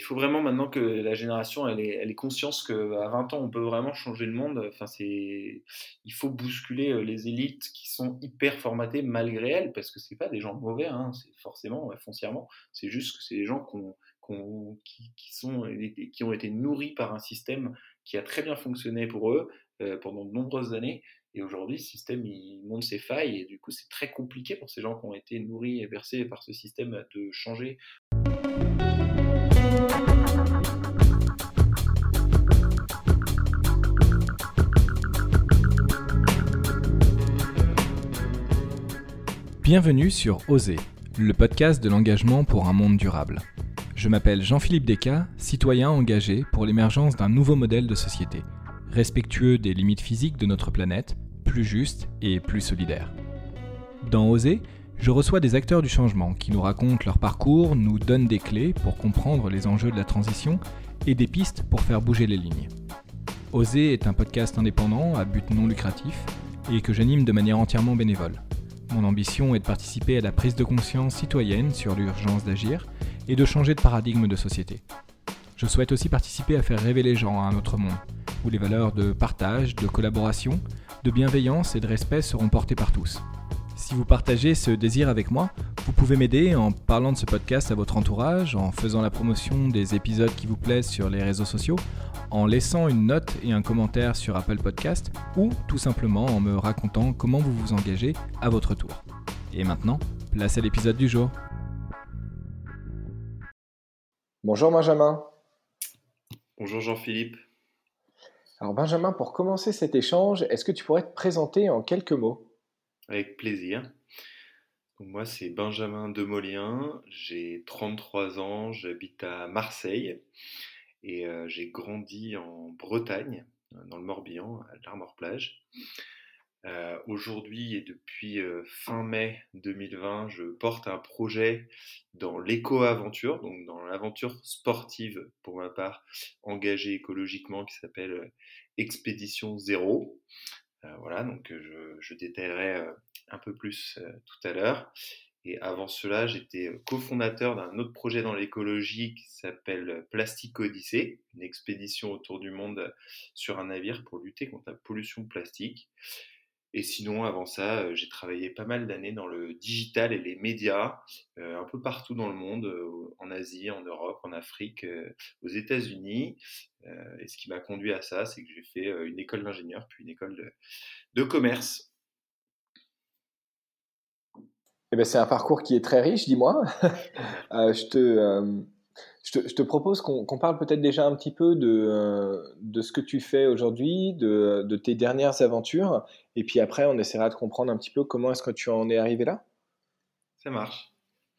faut vraiment maintenant que la génération elle est consciente qu'à 20 ans on peut vraiment changer le monde. Enfin il faut bousculer les élites qui sont hyper formatées malgré elles, parce que c'est pas des gens mauvais, hein, c'est forcément foncièrement, c'est juste que c'est des gens qui ont été nourris par un système qui a très bien fonctionné pour eux pendant de nombreuses années. Et aujourd'hui, ce système, il montre ses failles, et du coup, c'est très compliqué pour ces gens qui ont été nourris et bercés par ce système de changer. Bienvenue sur Oser, le podcast de l'engagement pour un monde durable. Je m'appelle Jean-Philippe Descas, citoyen engagé pour l'émergence d'un nouveau modèle de société, respectueux des limites physiques de notre planète, plus juste et plus solidaire. Dans Oser, je reçois des acteurs du changement qui nous racontent leur parcours, nous donnent des clés pour comprendre les enjeux de la transition et des pistes pour faire bouger les lignes. Oser est un podcast indépendant à but non lucratif et que j'anime de manière entièrement bénévole. Mon ambition est de participer à la prise de conscience citoyenne sur l'urgence d'agir et de changer de paradigme de société. Je souhaite aussi participer à faire rêver les gens à un autre monde, où les valeurs de partage, de collaboration, de bienveillance et de respect seront portées par tous. Si vous partagez ce désir avec moi, vous pouvez m'aider en parlant de ce podcast à votre entourage, en faisant la promotion des épisodes qui vous plaisent sur les réseaux sociaux, en laissant une note et un commentaire sur Apple Podcast, ou tout simplement en me racontant comment vous vous engagez à votre tour. Et maintenant, place à l'épisode du jour. Bonjour Benjamin. Bonjour Jean-Philippe. Alors Benjamin, pour commencer cet échange, est-ce que tu pourrais te présenter en quelques mots ? Avec plaisir. Donc moi, c'est Benjamin Demolien, j'ai 33 ans, j'habite à Marseille et j'ai grandi en Bretagne, dans le Morbihan, à l'Armor-Plage. Aujourd'hui et depuis fin mai 2020, je porte un projet dans l'éco-aventure, donc dans l'aventure sportive pour ma part, engagée écologiquement, qui s'appelle Expédition Zéro. Voilà, donc je détaillerai un peu plus tout à l'heure. Et avant cela, j'étais cofondateur d'un autre projet dans l'écologie qui s'appelle Plastic Odyssée, une expédition autour du monde sur un navire pour lutter contre la pollution plastique. Et sinon, avant ça, j'ai travaillé pas mal d'années dans le digital et les médias, un peu partout dans le monde, en Asie, en Europe, en Afrique, aux États-Unis. Et ce qui m'a conduit à ça, c'est que j'ai fait une école d'ingénieur, puis une école de commerce. Eh bien, c'est un parcours qui est très riche, dis-moi. Je te propose qu'on parle peut-être déjà un petit peu de ce que tu fais aujourd'hui, de tes dernières aventures, et puis après on essaiera de comprendre un petit peu comment est-ce que tu en es arrivé là. Ça marche.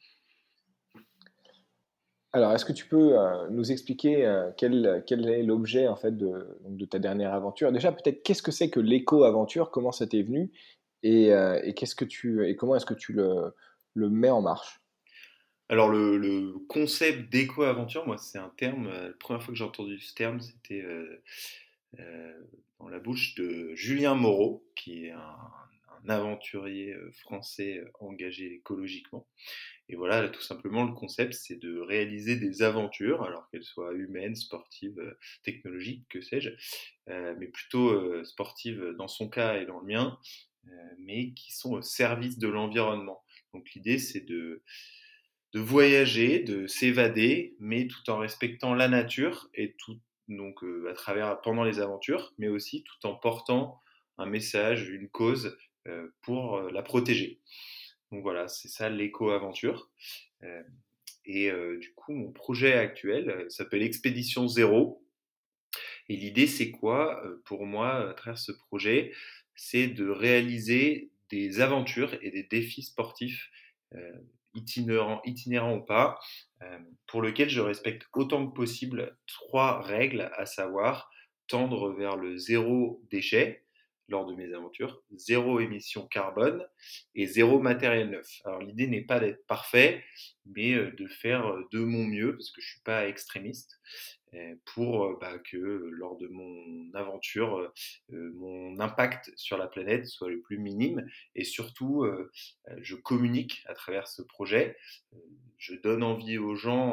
Alors, est-ce que tu peux nous expliquer quel est l'objet en fait donc de ta dernière aventure? Déjà, peut-être qu'est-ce que c'est que l'éco-aventure? Comment ça t'est venu? Et comment est-ce que tu le mets en marche? Alors le concept d'éco-aventure, moi c'est un terme, la première fois que j'ai entendu ce terme, c'était dans la bouche de Julien Moreau, qui est un aventurier français engagé écologiquement. Et voilà, là, tout simplement, le concept, c'est de réaliser des aventures, alors qu'elles soient humaines, sportives, technologiques, que sais-je, mais plutôt sportives dans son cas et dans le mien, mais qui sont au service de l'environnement. Donc l'idée, c'est de voyager, de s'évader, mais tout en respectant la nature et tout donc à travers pendant les aventures, mais aussi tout en portant un message, une cause pour la protéger. Donc voilà, c'est ça l'éco-aventure. Euh, et du coup, mon projet actuel s'appelle Expédition Zéro. Et l'idée, c'est quoi pour moi, à travers ce projet? C'est de réaliser des aventures et des défis sportifs euh, itinérants ou pas, pour lesquels je respecte autant que possible trois règles, à savoir tendre vers le zéro déchet lors de mes aventures, zéro émission carbone et zéro matériel neuf. Alors l'idée n'est pas d'être parfait, mais de faire de mon mieux, parce que je ne suis pas extrémiste, pour que lors de mon aventure, mon impact sur la planète soit le plus minime, et surtout je communique à travers ce projet, je donne envie aux gens en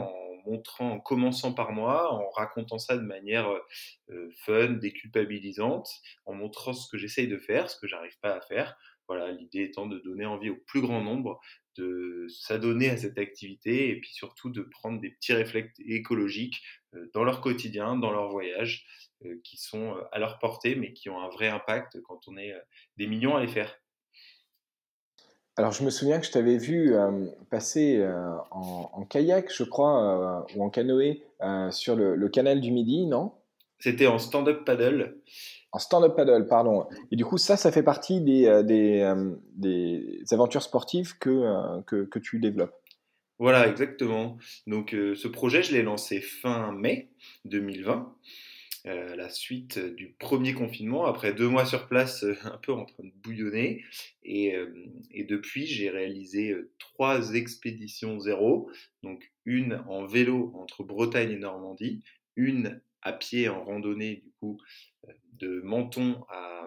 en commençant par moi, en racontant ça de manière fun, déculpabilisante, en montrant ce que j'essaye de faire, ce que j'arrive pas à faire. Voilà, l'idée étant de donner envie au plus grand nombre de s'adonner à cette activité et puis surtout de prendre des petits réflexes écologiques dans leur quotidien, dans leur voyage, qui sont à leur portée, mais qui ont un vrai impact quand on est des millions à les faire. Alors, je me souviens que je t'avais vu passer en kayak, je crois, ou en canoë sur le canal du Midi, non? C'était en stand-up paddle. En stand-up paddle, pardon. Et du coup, ça fait partie des aventures sportives que tu développes. Voilà, exactement. Donc, ce projet, je l'ai lancé fin mai 2020, à la suite du premier confinement, après 2 mois sur place, un peu en train de bouillonner. Et depuis, j'ai réalisé 3 expéditions zéro. Donc, une en vélo entre Bretagne et Normandie, une à pied en randonnée, du coup, de Menton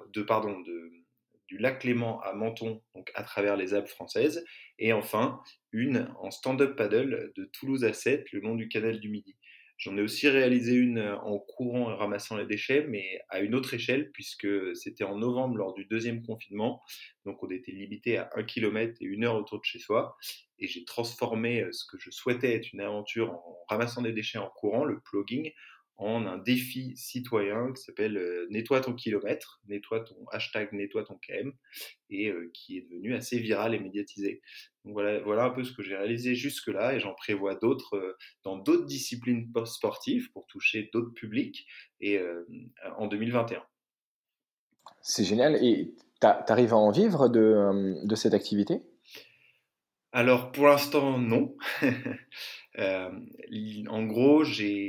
du lac Léman à Menton, donc à travers les Alpes françaises, et enfin une en stand-up paddle de Toulouse à Sète, le long du canal du Midi. J'en ai aussi réalisé une en courant et ramassant les déchets, mais à une autre échelle, puisque c'était en novembre lors du deuxième confinement, donc on était limité à 1 kilomètre et 1 heure autour de chez soi, et j'ai transformé ce que je souhaitais être une aventure en ramassant des déchets en courant, le plogging, en un défi citoyen qui s'appelle Nettoie ton kilomètre, nettoie ton hashtag, nettoie ton KM, et qui est devenu assez viral et médiatisé. Donc voilà un peu ce que j'ai réalisé jusque-là, et j'en prévois d'autres dans d'autres disciplines sportives pour toucher d'autres publics, et en 2021. C'est génial. Et t'arrives à en vivre de cette activité? Alors pour l'instant, non. Euh, En gros,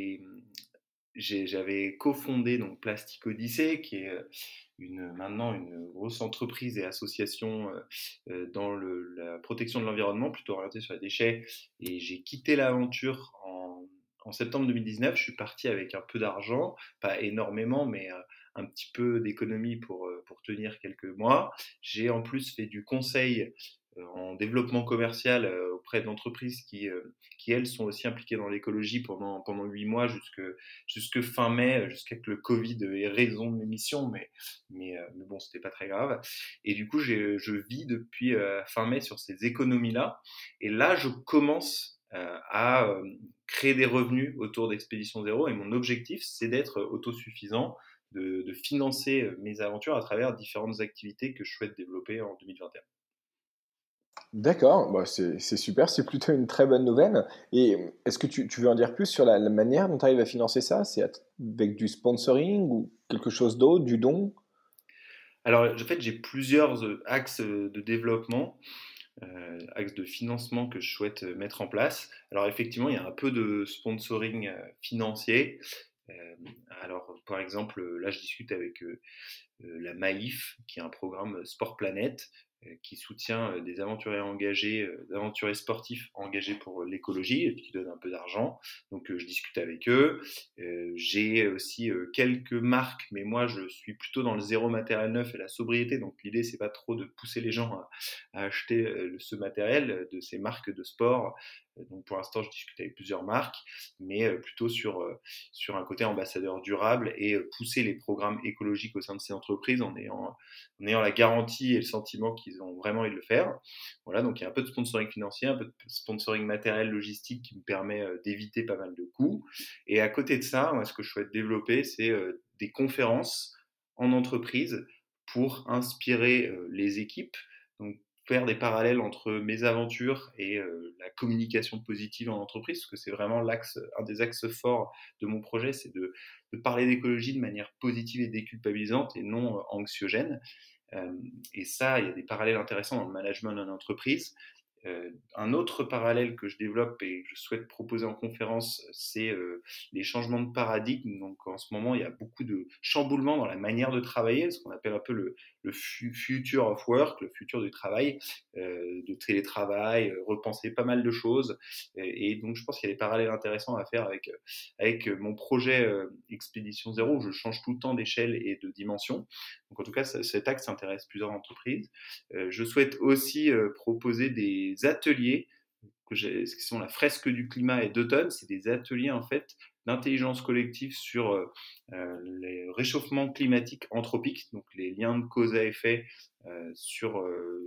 j'avais cofondé donc Plastic Odyssey, qui est maintenant une grosse entreprise et association dans la protection de l'environnement, plutôt orientée sur les déchets. Et j'ai quitté l'aventure en septembre 2019. Je suis parti avec un peu d'argent, pas énormément, mais un petit peu d'économie pour tenir quelques mois. J'ai en plus fait du conseil en développement commercial auprès d'entreprises qui, elles, sont aussi impliquées dans l'écologie pendant 8 mois jusque fin mai, jusqu'à que le Covid ait raison de mes missions, mais bon, c'était pas très grave. Et du coup, je vis depuis fin mai sur ces économies-là. Et là, je commence à créer des revenus autour d'Expédition Zéro. Et mon objectif, c'est d'être autosuffisant, de financer mes aventures à travers différentes activités que je souhaite développer en 2021. D'accord, bah, c'est super, c'est plutôt une très bonne nouvelle. Et est-ce que tu veux en dire plus sur la manière dont tu arrives à financer ça? C'est avec du sponsoring ou quelque chose d'autre, du don? Alors, en fait, j'ai plusieurs axes de développement, axes de financement que je souhaite mettre en place. Alors, effectivement, il y a un peu de sponsoring financier. Euh, alors, par exemple, là, je discute avec la MAIF, qui est un programme Sport Planète, qui soutient des aventuriers sportifs engagés pour l'écologie, qui donnent un peu d'argent. Donc je discute avec eux. J'ai aussi quelques marques, mais moi je suis plutôt dans le zéro matériel neuf et la sobriété. Donc l'idée c'est pas trop de pousser les gens à acheter ce matériel de ces marques de sport. Donc pour l'instant je discute avec plusieurs marques, mais plutôt sur un côté ambassadeur durable et pousser les programmes écologiques au sein de ces entreprises en ayant la garantie et le sentiment qu'ils ont vraiment envie de le faire. Voilà, donc il y a un peu de sponsoring financier, un peu de sponsoring matériel, logistique qui me permet d'éviter pas mal de coûts. Et à côté de ça, moi, ce que je souhaite développer, c'est des conférences en entreprise pour inspirer les équipes. Donc faire des parallèles entre mes aventures et la communication positive en entreprise, parce que c'est vraiment un des axes forts de mon projet, c'est de parler d'écologie de manière positive et déculpabilisante et non anxiogène. Euh, et ça, il y a des parallèles intéressants dans le management d'une entreprise. Un autre parallèle que je développe et que je souhaite proposer en conférence, c'est les changements de paradigme. Donc en ce moment, il y a beaucoup de chamboulements dans la manière de travailler, ce qu'on appelle un peu le future of work, le futur du travail, de télétravail, repenser pas mal de choses. Et donc je pense qu'il y a des parallèles intéressants à faire avec mon projet Expédition Zéro, où je change tout le temps d'échelle et de dimension. Donc en tout cas, cet axe intéresse plusieurs entreprises. Je souhaite aussi proposer des ateliers ce qui sont la fresque du climat et d'automne. C'est des ateliers en fait d'intelligence collective sur les réchauffements climatiques anthropiques, donc les liens de cause à effet sur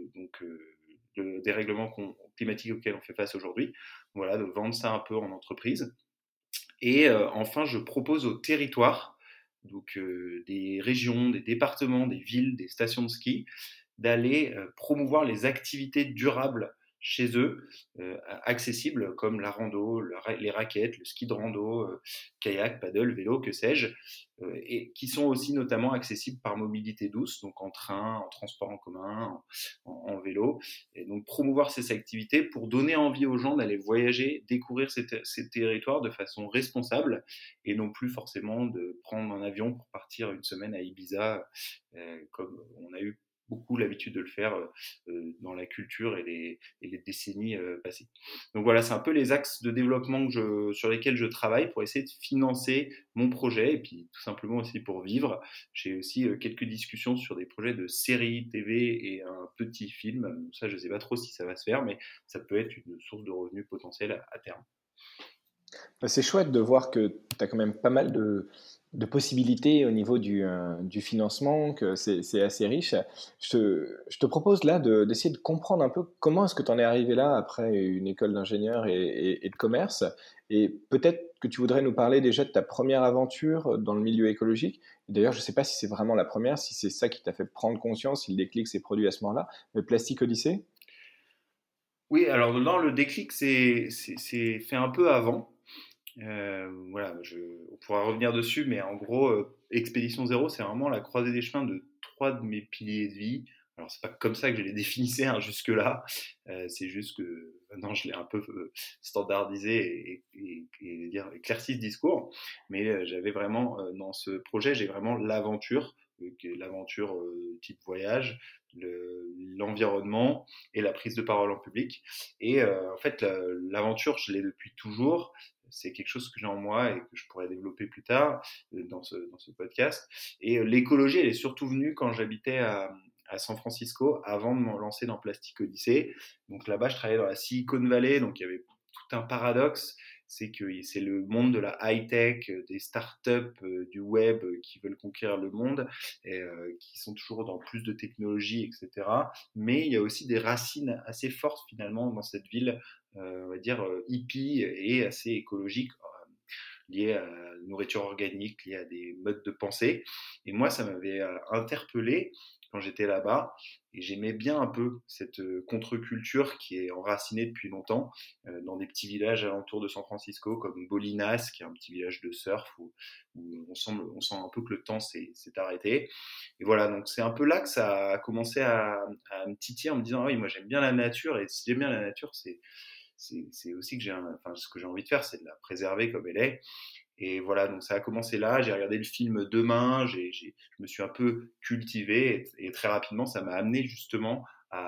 le dérèglement climatique auquel on fait face aujourd'hui. Voilà, de vendre ça un peu en entreprise. Et enfin, je propose aux territoires, donc des régions, des départements, des villes, des stations de ski, d'aller promouvoir les activités durables chez eux, accessibles comme la rando, les raquettes, le ski de rando, kayak, paddle, vélo, que sais-je, et qui sont aussi notamment accessibles par mobilité douce, donc en train, en transport en commun, en vélo. Et donc promouvoir ces activités pour donner envie aux gens d'aller voyager, découvrir ces territoires de façon responsable et non plus forcément de prendre un avion pour partir une semaine à Ibiza, comme on a eu beaucoup l'habitude de le faire dans la culture et les décennies passées. Donc voilà, c'est un peu les axes de développement sur lesquels je travaille pour essayer de financer mon projet et puis tout simplement aussi pour vivre. J'ai aussi quelques discussions sur des projets de séries TV et un petit film. Ça, je ne sais pas trop si ça va se faire, mais ça peut être une source de revenus potentielle à terme. C'est chouette de voir que tu as quand même pas mal de possibilités au niveau du financement, que c'est assez riche. Je te propose là d'essayer de comprendre un peu comment est-ce que tu en es arrivé là après une école d'ingénieur et de commerce. Et peut-être que tu voudrais nous parler déjà de ta première aventure dans le milieu écologique. D'ailleurs, je ne sais pas si c'est vraiment la première, si c'est ça qui t'a fait prendre conscience, si le déclic s'est produit à ce moment-là. Mais Plastic Odyssey? Oui, alors dans le déclic, c'est fait un peu avant. Voilà, on pourra revenir dessus, mais en gros, Expédition Zéro, c'est vraiment la croisée des chemins de trois de mes piliers de vie. Alors, c'est pas comme ça que je les définissais hein, jusque-là. C'est juste que maintenant, je l'ai un peu standardisé et dire, éclairci ce discours. Mais j'avais vraiment, dans ce projet, j'ai vraiment l'aventure, qui est l'aventure type voyage, l'environnement et la prise de parole en public. Et en fait, l'aventure, je l'ai depuis toujours. C'est quelque chose que j'ai en moi et que je pourrais développer plus tard dans ce podcast. Et l'écologie, elle est surtout venue quand j'habitais à San Francisco avant de me lancer dans Plastic Odyssey. Donc là-bas, je travaillais dans la Silicon Valley, donc il y avait tout un paradoxe. C'est que c'est le monde de la high-tech, des startups, du web qui veulent conquérir le monde et qui sont toujours dans plus de technologie, etc. Mais il y a aussi des racines assez fortes finalement dans cette ville on va dire, hippie et assez écologique, lié à la nourriture organique, lié à des modes de pensée. Et moi, ça m'avait interpellé quand j'étais là-bas. Et j'aimais bien un peu cette contre-culture qui est enracinée depuis longtemps dans des petits villages alentours de San Francisco, comme Bolinas, qui est un petit village de surf où on sent un peu que le temps s'est arrêté. Et voilà, donc c'est un peu là que ça a commencé à me titiller en me disant, ah oui, moi j'aime bien la nature, et si j'aime bien la nature, c'est aussi que enfin, ce que j'ai envie de faire, c'est de la préserver comme elle est. Et voilà, donc ça a commencé là. J'ai regardé le film Demain, je me suis un peu cultivé et très rapidement, ça m'a amené justement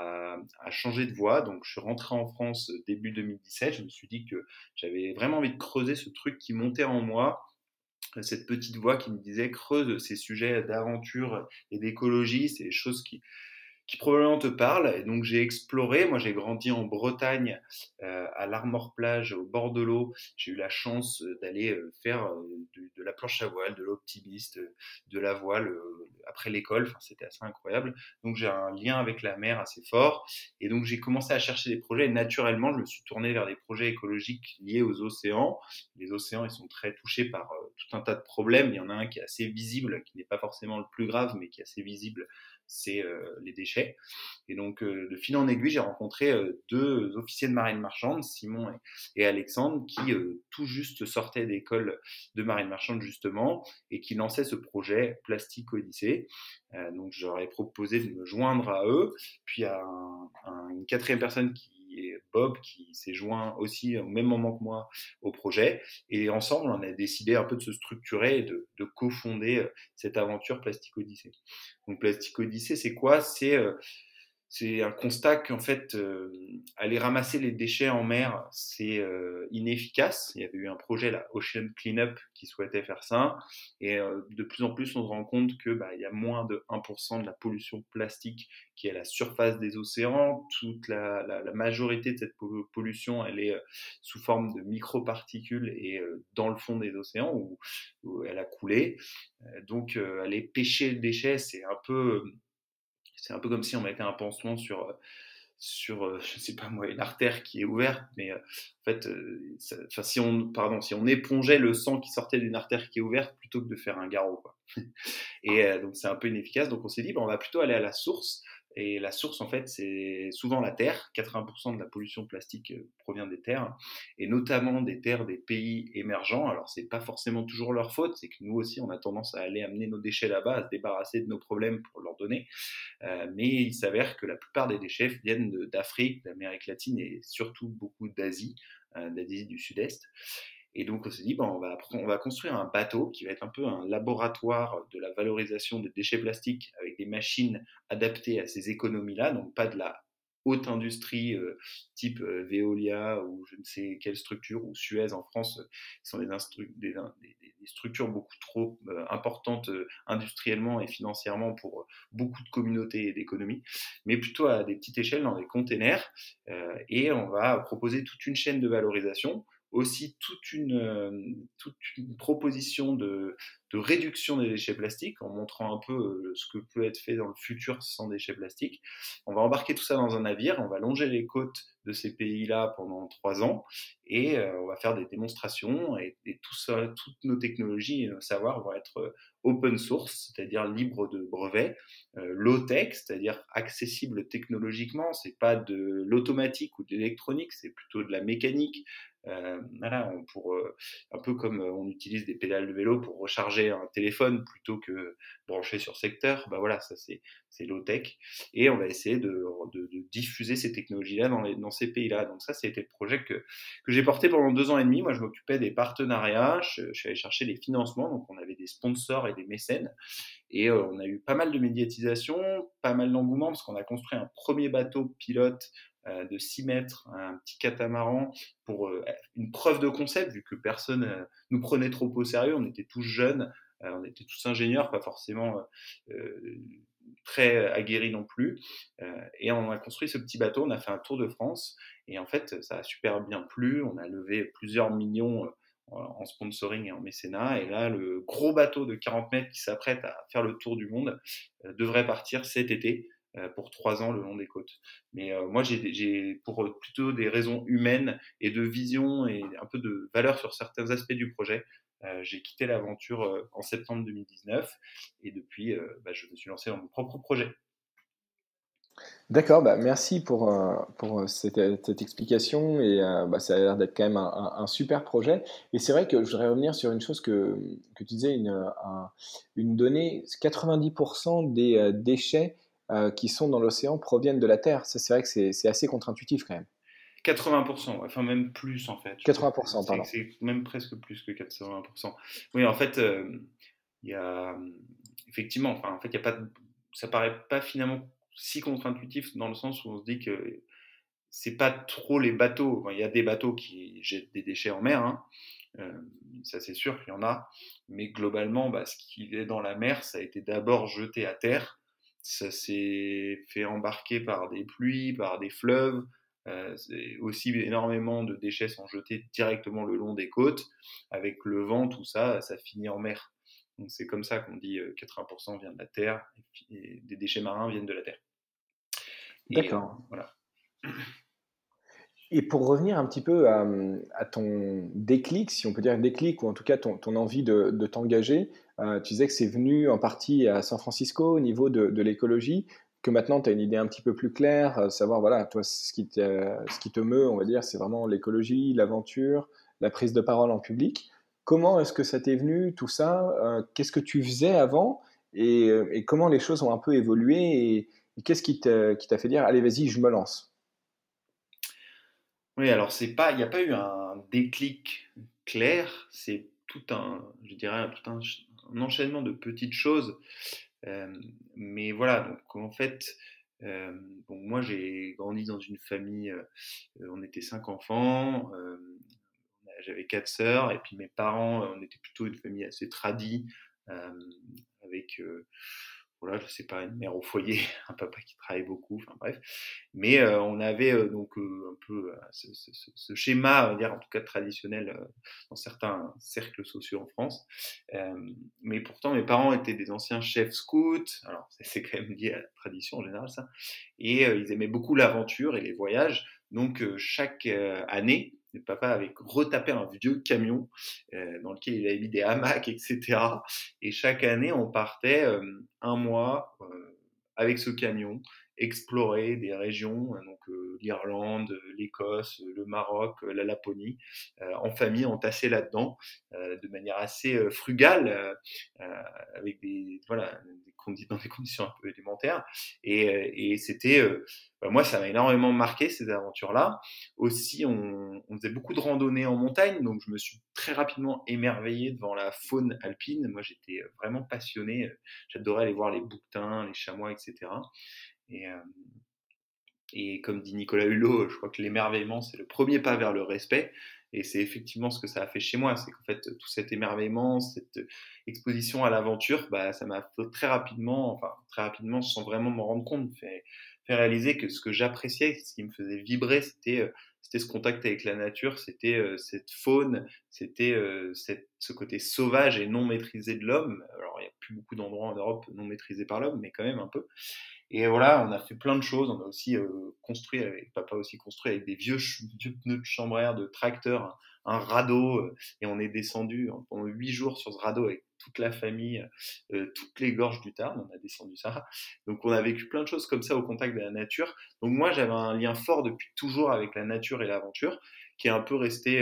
à changer de voie. Donc je suis rentré en France début 2017. Je me suis dit que j'avais vraiment envie de creuser ce truc qui montait en moi, cette petite voix qui me disait creuse ces sujets d'aventure et d'écologie, c'est des choses qui probablement te parle. Et donc j'ai exploré, moi j'ai grandi en Bretagne, à l'Armor-Plage, au bord de l'eau. J'ai eu la chance d'aller faire de la planche à voile, de l'optimiste, de la voile après l'école. Enfin, c'était assez incroyable. Donc j'ai un lien avec la mer assez fort. Et donc j'ai commencé à chercher des projets. Et naturellement, je me suis tourné vers des projets écologiques liés aux océans. Les océans, ils sont très touchés par tout un tas de problèmes. Il y en a un qui est assez visible, qui n'est pas forcément le plus grave, mais qui est assez visible, c'est les déchets. Et donc, de fil en aiguille, j'ai rencontré deux officiers de marine marchande, Simon et Alexandre, qui tout juste sortaient d'école de marine marchande, justement, et qui lançaient ce projet Plastic Odyssey. Donc, j'aurais proposé de me joindre à eux, puis à une quatrième personne qui est Bob, qui s'est joint aussi au même moment que moi au projet. Et ensemble, on a décidé un peu de se structurer et de cofonder cette aventure Plastic Odyssey. Donc Plastic Odyssey, c'est quoi c'est un constat qu'en fait, aller ramasser les déchets en mer, c'est inefficace. Il y avait eu un projet, là, Ocean Cleanup, qui souhaitait faire ça. Et de plus en plus, on se rend compte que il y a moins de 1% de la pollution plastique qui est à la surface des océans. Toute la majorité de cette pollution, elle est sous forme de microparticules et dans le fond des océans où elle a coulé. Donc, aller pêcher le déchet, c'est un peu comme si on mettait un pansement sur je sais pas moi, une artère qui est ouverte, mais en fait, si on épongeait le sang qui sortait d'une artère qui est ouverte plutôt que de faire un garrot, quoi. Et donc c'est un peu inefficace. Donc on s'est dit, on va plutôt aller à la source. Et la source, en fait, c'est souvent la terre. 80% de la pollution plastique provient des terres, et notamment des terres des pays émergents. Alors c'est pas forcément toujours leur faute, c'est que nous aussi, on a tendance à aller amener nos déchets là-bas, à se débarrasser de nos problèmes pour leur donner. Mais il s'avère que la plupart des déchets viennent d'Afrique, d'Amérique latine et surtout beaucoup d'Asie, d'Asie du Sud-Est. Et donc on s'est dit, on va construire un bateau qui va être un peu un laboratoire de la valorisation des déchets plastiques avec des machines adaptées à ces économies-là, donc pas de la haute industrie type Veolia ou je ne sais quelle structure, ou Suez en France, qui sont des structures beaucoup trop importantes industriellement et financièrement pour beaucoup de communautés et d'économies, mais plutôt à des petites échelles dans des containers. Et on va proposer toute une chaîne de valorisation, aussi toute une proposition de réduction des déchets plastiques, en montrant un peu ce que peut être fait dans le futur sans déchets plastiques. On va embarquer tout ça dans un navire, on va longer les côtes de ces pays-là pendant 3 ans, et on va faire des démonstrations, et tout ça, toutes nos technologies et nos savoirs vont être open source, c'est-à-dire libre de brevets, low-tech, c'est-à-dire accessible technologiquement. C'est pas de l'automatique ou de l'électronique, c'est plutôt de la mécanique. Voilà, un peu comme on utilise des pédales de vélo pour recharger un téléphone plutôt que brancher sur secteur, voilà, ça c'est low-tech. Et on va essayer de diffuser ces technologies-là dans ces pays-là. Donc ça, c'était le projet que j'ai porté pendant 2 ans et demi. Moi, je m'occupais des partenariats, je suis allé chercher les financements, donc on avait des sponsors et des mécènes. Et on a eu pas mal de médiatisation, pas mal d'engouement, parce qu'on a construit un premier bateau pilote de 6 mètres, un petit catamaran, pour une preuve de concept, vu que personne nous prenait trop au sérieux. On était tous jeunes, on était tous ingénieurs, pas forcément très aguerris non plus. Et on a construit ce petit bateau, on a fait un tour de France, et en fait, ça a super bien plu. On a levé plusieurs millions en sponsoring et en mécénat. Et là, le gros bateau de 40 mètres qui s'apprête à faire le tour du monde devrait partir cet été pour 3 ans le long des côtes. Mais moi, pour plutôt des raisons humaines et de vision et un peu de valeur sur certains aspects du projet, j'ai quitté l'aventure en septembre 2019, et depuis, je me suis lancé dans mon propre projet. D'accord, merci pour cette explication et ça a l'air d'être quand même un super projet et c'est vrai que je voudrais revenir sur une chose que tu disais, une donnée, 90 des, déchets, qui sont dans l'océan proviennent de la terre. Ça, c'est vrai que c'est assez contre-intuitif quand même. 80%, ouais, enfin même plus en fait. Je crois 80 que pardon. c'est même presque plus que 80%. Oui, en fait, il y a effectivement, enfin, en fait, il y a pas ça paraît pas finalement si contre-intuitif, dans le sens où on se dit que c'est pas trop les bateaux. Enfin, il y a des bateaux qui jettent des déchets en mer, hein. Euh, Ça c'est sûr qu'il y en a, mais globalement, ce qui est dans la mer, ça a été d'abord jeté à terre, ça s'est fait embarquer par des pluies, par des fleuves. Aussi, énormément de déchets sont jetés directement le long des côtes. Avec le vent, tout ça, ça finit en mer. Donc c'est comme ça qu'on dit 80% vient de la terre, et des déchets marins viennent de la terre. Et D'accord. voilà. Et pour revenir un petit peu à ton déclic, si on peut dire déclic, ou en tout cas ton envie de t'engager, tu disais que c'est venu en partie à San Francisco au niveau de l'écologie, que maintenant tu as une idée un petit peu plus claire, savoir, voilà, toi, ce qui te meut, on va dire, c'est vraiment l'écologie, l'aventure, la prise de parole en public. Comment est-ce que ça t'est venu, tout ça? Qu'est-ce que tu faisais avant? Et comment les choses ont un peu évolué? Et qu'est-ce qui t'a fait dire, allez, vas-y, je me lance? Oui, alors il n'y a pas eu un déclic clair, c'est je dirais, un enchaînement de petites choses. Mais voilà, donc en fait, Bon, moi, j'ai grandi dans une famille, on était 5 enfants, j'avais 4 sœurs, et puis mes parents, on était plutôt une famille assez tradie, avec, voilà, je sais pas, une mère au foyer, un papa qui travaille beaucoup, enfin bref. Mais on avait donc un peu ce schéma, on va dire, en tout cas traditionnel, dans certains cercles sociaux en France. Mais pourtant, mes parents étaient des anciens chefs scouts, alors c'est quand même lié à la tradition en général, ça. Et ils aimaient beaucoup l'aventure et les voyages. Donc chaque année, le papa avait retapé un vieux camion dans lequel il avait mis des hamacs, etc. Et chaque année, on partait un mois avec ce camion, explorer des régions, donc l'Irlande, l'Écosse, le Maroc, la Laponie, en famille, entassés là-dedans, de manière assez frugale, avec voilà, dans des conditions un peu élémentaires. Et c'était, bah, moi, ça m'a énormément marqué ces aventures-là. Aussi, on faisait beaucoup de randonnées en montagne, donc je me suis très rapidement émerveillé devant la faune alpine. Moi, j'étais vraiment passionné. J'adorais aller voir les bouquetins, les chamois, etc. Et, euh, et comme dit Nicolas Hulot, je crois que l'émerveillement, c'est le premier pas vers le respect. Et c'est effectivement ce que ça a fait chez moi. C'est qu'en fait, tout cet émerveillement, cette exposition à l'aventure, bah, ça m'a fait très rapidement, sans vraiment m'en rendre compte, fait réaliser que ce que j'appréciais, ce qui me faisait vibrer, c'était ce contact avec la nature, c'était cette faune, c'était ce côté sauvage et non maîtrisé de l'homme. Alors, il n'y a plus beaucoup d'endroits en Europe non maîtrisés par l'homme, mais quand même un peu. Et voilà, on a fait plein de choses. On a aussi papa aussi construit avec des vieux pneus de chambre à air de tracteur, un radeau. Et on est descendu pendant 8 jours sur ce radeau avec toute la famille, toutes les gorges du Tarn. On a descendu ça. Donc on a vécu plein de choses comme ça au contact de la nature. Donc moi, j'avais un lien fort depuis toujours avec la nature et l'aventure, qui est un peu resté,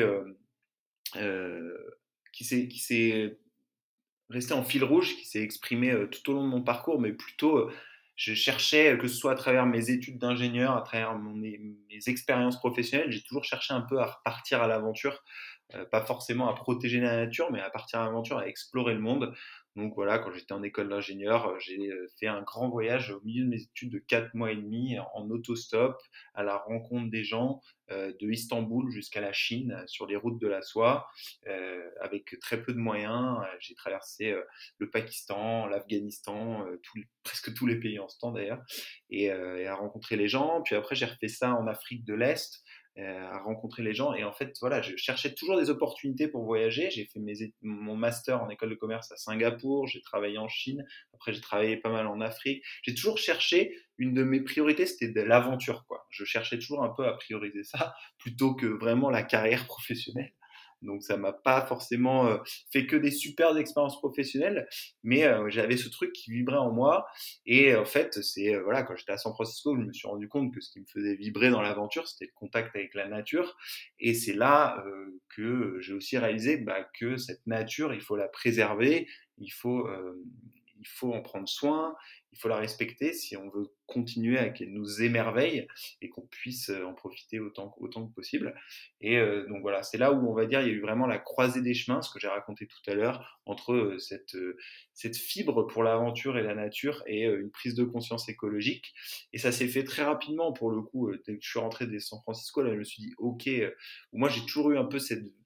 euh, qui s'est resté en fil rouge, qui s'est exprimé tout au long de mon parcours, mais plutôt, je cherchais, que ce soit à travers mes études d'ingénieur, à travers mes expériences professionnelles, j'ai toujours cherché un peu à repartir à l'aventure, pas forcément à protéger la nature, mais à partir à l'aventure, à explorer le monde. Donc voilà, quand j'étais en école d'ingénieur, j'ai fait un grand voyage au milieu de mes études de 4 mois et demi en autostop, à la rencontre des gens, de Istanbul jusqu'à la Chine, sur les routes de la soie, avec très peu de moyens. J'ai traversé le Pakistan, l'Afghanistan, presque tous les pays en ce temps d'ailleurs, et à rencontrer les gens. Puis après, j'ai refait ça en Afrique de l'Est, à rencontrer les gens. Et en fait, voilà, je cherchais toujours des opportunités pour voyager. J'ai fait mon master en école de commerce à Singapour, j'ai travaillé en Chine, après j'ai travaillé pas mal en Afrique. J'ai toujours cherché, une de mes priorités, c'était de l'aventure, quoi. Je cherchais toujours un peu à prioriser ça, plutôt que vraiment la carrière professionnelle. Donc ça m'a pas forcément fait que des super expériences professionnelles, mais j'avais ce truc qui vibrait en moi. Et en fait, c'est voilà, quand j'étais à San Francisco, je me suis rendu compte que ce qui me faisait vibrer dans l'aventure, c'était le contact avec la nature. Et c'est là que j'ai aussi réalisé bah, que cette nature, il faut la préserver, il faut, euh, il faut en prendre soin, il faut la respecter si on veut continuer à qu'elle nous émerveille et qu'on puisse en profiter autant que possible. Et donc voilà, c'est là où on va dire il y a eu vraiment la croisée des chemins, ce que j'ai raconté tout à l'heure, entre cette fibre pour l'aventure et la nature et une prise de conscience écologique. Et ça s'est fait très rapidement pour le coup. Dès que je suis rentré de San Francisco, là, je me suis dit, ok, moi j'ai toujours eu un peu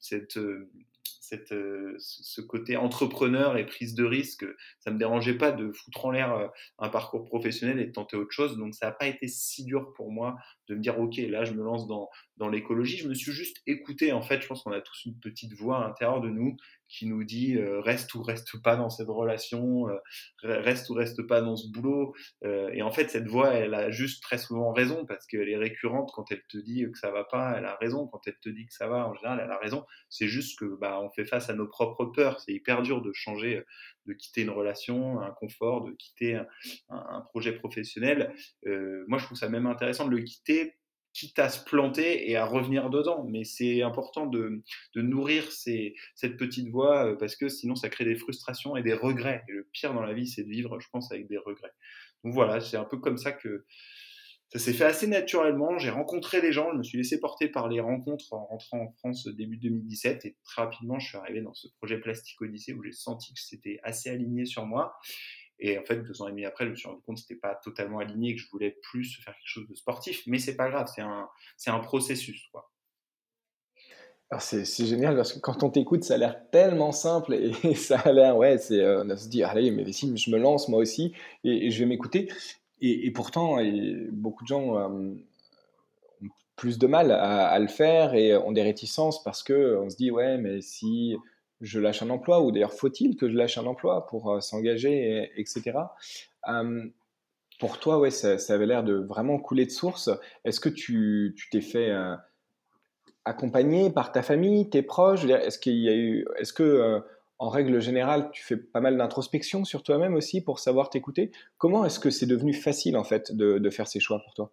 ce côté entrepreneur et prise de risque. Ça me dérangeait pas de foutre en l'air un parcours professionnel et de tenter autre chose. Donc ça n'a pas été si dur pour moi de me dire, ok, là je me lance dans l'écologie. Je me suis juste écouté. En fait, je pense qu'on a tous une petite voix à l'intérieur de nous qui nous dit reste ou reste pas dans cette relation, reste ou reste pas dans ce boulot. Et en fait, cette voix, elle a juste très souvent raison parce qu'elle est récurrente. Quand elle te dit que ça va pas, elle a raison. Quand elle te dit que ça va, en général, elle a raison. C'est juste que bah, on fait face à nos propres peurs. C'est hyper dur de changer, de quitter une relation, un confort, de quitter un projet professionnel. Moi, je trouve ça même intéressant de le quitter, quitte à se planter et à revenir dedans. Mais c'est important de nourrir cette petite voix parce que sinon ça crée des frustrations et des regrets. Et le pire dans la vie, c'est de vivre, je pense, avec des regrets. Donc voilà, c'est un peu comme ça que ça s'est fait assez naturellement. J'ai rencontré des gens, je me suis laissé porter par les rencontres en rentrant en France début 2017 et très rapidement je suis arrivé dans ce projet Plastic Odyssée où j'ai senti que c'était assez aligné sur moi. Et en fait, 2 ans et demi après, je me suis rendu compte que c'était pas totalement aligné, que je voulais plus faire quelque chose de sportif. Mais c'est pas grave, c'est un processus, quoi. Alors c'est génial parce que quand on t'écoute, ça a l'air tellement simple et ça a l'air ouais, on se dit: «Allez, mais si je me lance moi aussi et je vais m'écouter» et pourtant beaucoup de gens, ont plus de mal à le faire et ont des réticences parce qu'on se dit: «Ouais, mais si je lâche un emploi» ou d'ailleurs faut-il que je lâche un emploi pour, s'engager et Hem, pour toi, ouais, ça avait l'air de vraiment couler de source. Est-ce que tu t'es fait, accompagner par ta famille, tes proches? Je veux dire, est-ce que, en règle générale, tu fais pas mal d'introspection sur toi-même aussi pour savoir t'écouter? Comment est-ce que c'est devenu facile, en fait, de faire ces choix pour toi?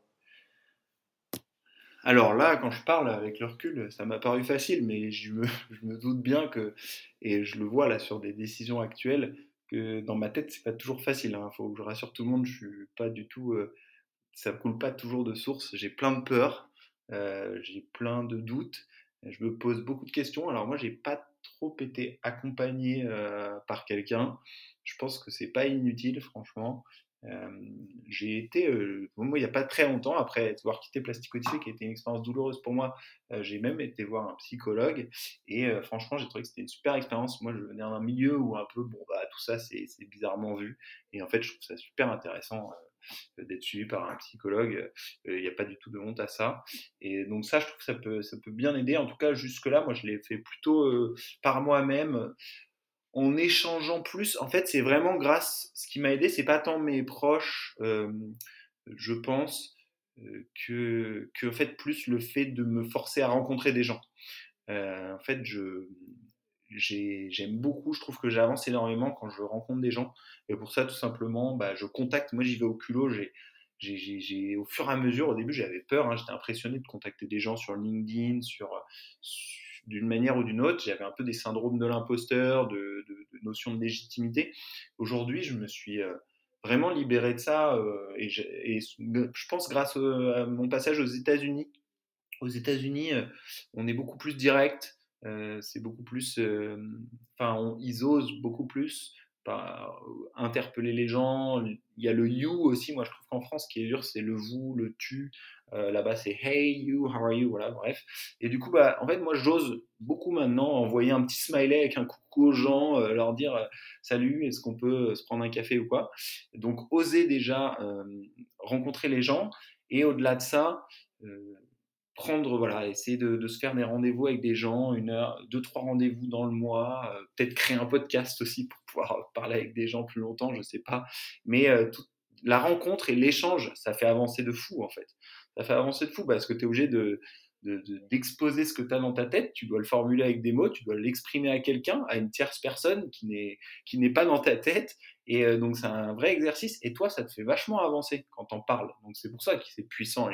Alors là, quand je parle avec le recul, ça m'a paru facile, mais je me doute bien que, et je le vois là sur des décisions actuelles, que dans ma tête, c'est pas toujours facile, hein. Faut que je rassure tout le monde, je suis pas du tout, ça ne coule pas toujours de source. J'ai plein de peurs, j'ai plein de doutes, je me pose beaucoup de questions. Alors moi, j'ai pas trop été accompagné par quelqu'un. Je pense que c'est pas inutile, franchement. J'ai été, bon, moi, il n'y a pas très longtemps, après avoir quitté Plastic Odyssey, qui a été une expérience douloureuse pour moi, j'ai même été voir un psychologue. Et franchement, j'ai trouvé que c'était une super expérience. Moi, je venais d'un milieu où un peu, bon, bah, tout ça, c'est bizarrement vu. Et en fait, je trouve ça super intéressant d'être suivi par un psychologue. Il n'y a pas du tout de honte à ça. Et donc ça, je trouve que ça peut bien aider. En tout cas, jusque-là, moi, je l'ai fait plutôt par moi-même, en échangeant plus. En fait, c'est vraiment grâce. Ce qui m'a aidé, c'est pas tant mes proches, je pense, que en fait, plus le fait de me forcer à rencontrer des gens. En fait, j'aime beaucoup, je trouve que j'avance énormément quand je rencontre des gens. Et pour ça, tout simplement, bah, je contacte, moi j'y vais au culot. Au fur et à mesure, au début j'avais peur, hein, j'étais impressionné de contacter des gens sur LinkedIn, d'une manière ou d'une autre. J'avais un peu des syndromes de l'imposteur, de notions de légitimité. Aujourd'hui, je me suis vraiment libéré de ça. Et je pense grâce à mon passage aux États-Unis. Aux États-Unis, on est beaucoup plus direct, c'est beaucoup plus, enfin, ils osent beaucoup plus interpeller les gens. Il y a le you aussi. Moi, je trouve qu'en France, ce qui est dur, c'est le vous, le tu. Là-bas, c'est hey you, how are you, voilà, bref. Et du coup, bah, en fait, moi, j'ose beaucoup maintenant envoyer un petit smiley avec un coucou aux gens, leur dire salut, est-ce qu'on peut se prendre un café ou quoi. Donc, oser déjà rencontrer les gens. Et au-delà de ça, euh, prendre, voilà, essayer de se faire des rendez-vous avec des gens, 1 heure, 2, 3 rendez-vous dans le mois, peut-être créer un podcast aussi pour pouvoir parler avec des gens plus longtemps, je sais pas. Mais la rencontre et l'échange, ça fait avancer de fou en fait. Ça fait avancer de fou parce que tu es obligé d'exposer ce que tu as dans ta tête, tu dois le formuler avec des mots, tu dois l'exprimer à quelqu'un, à une tierce personne qui n'est pas dans ta tête. Et donc c'est un vrai exercice et toi, ça te fait vachement avancer quand t'en parles. Donc c'est pour ça que c'est puissant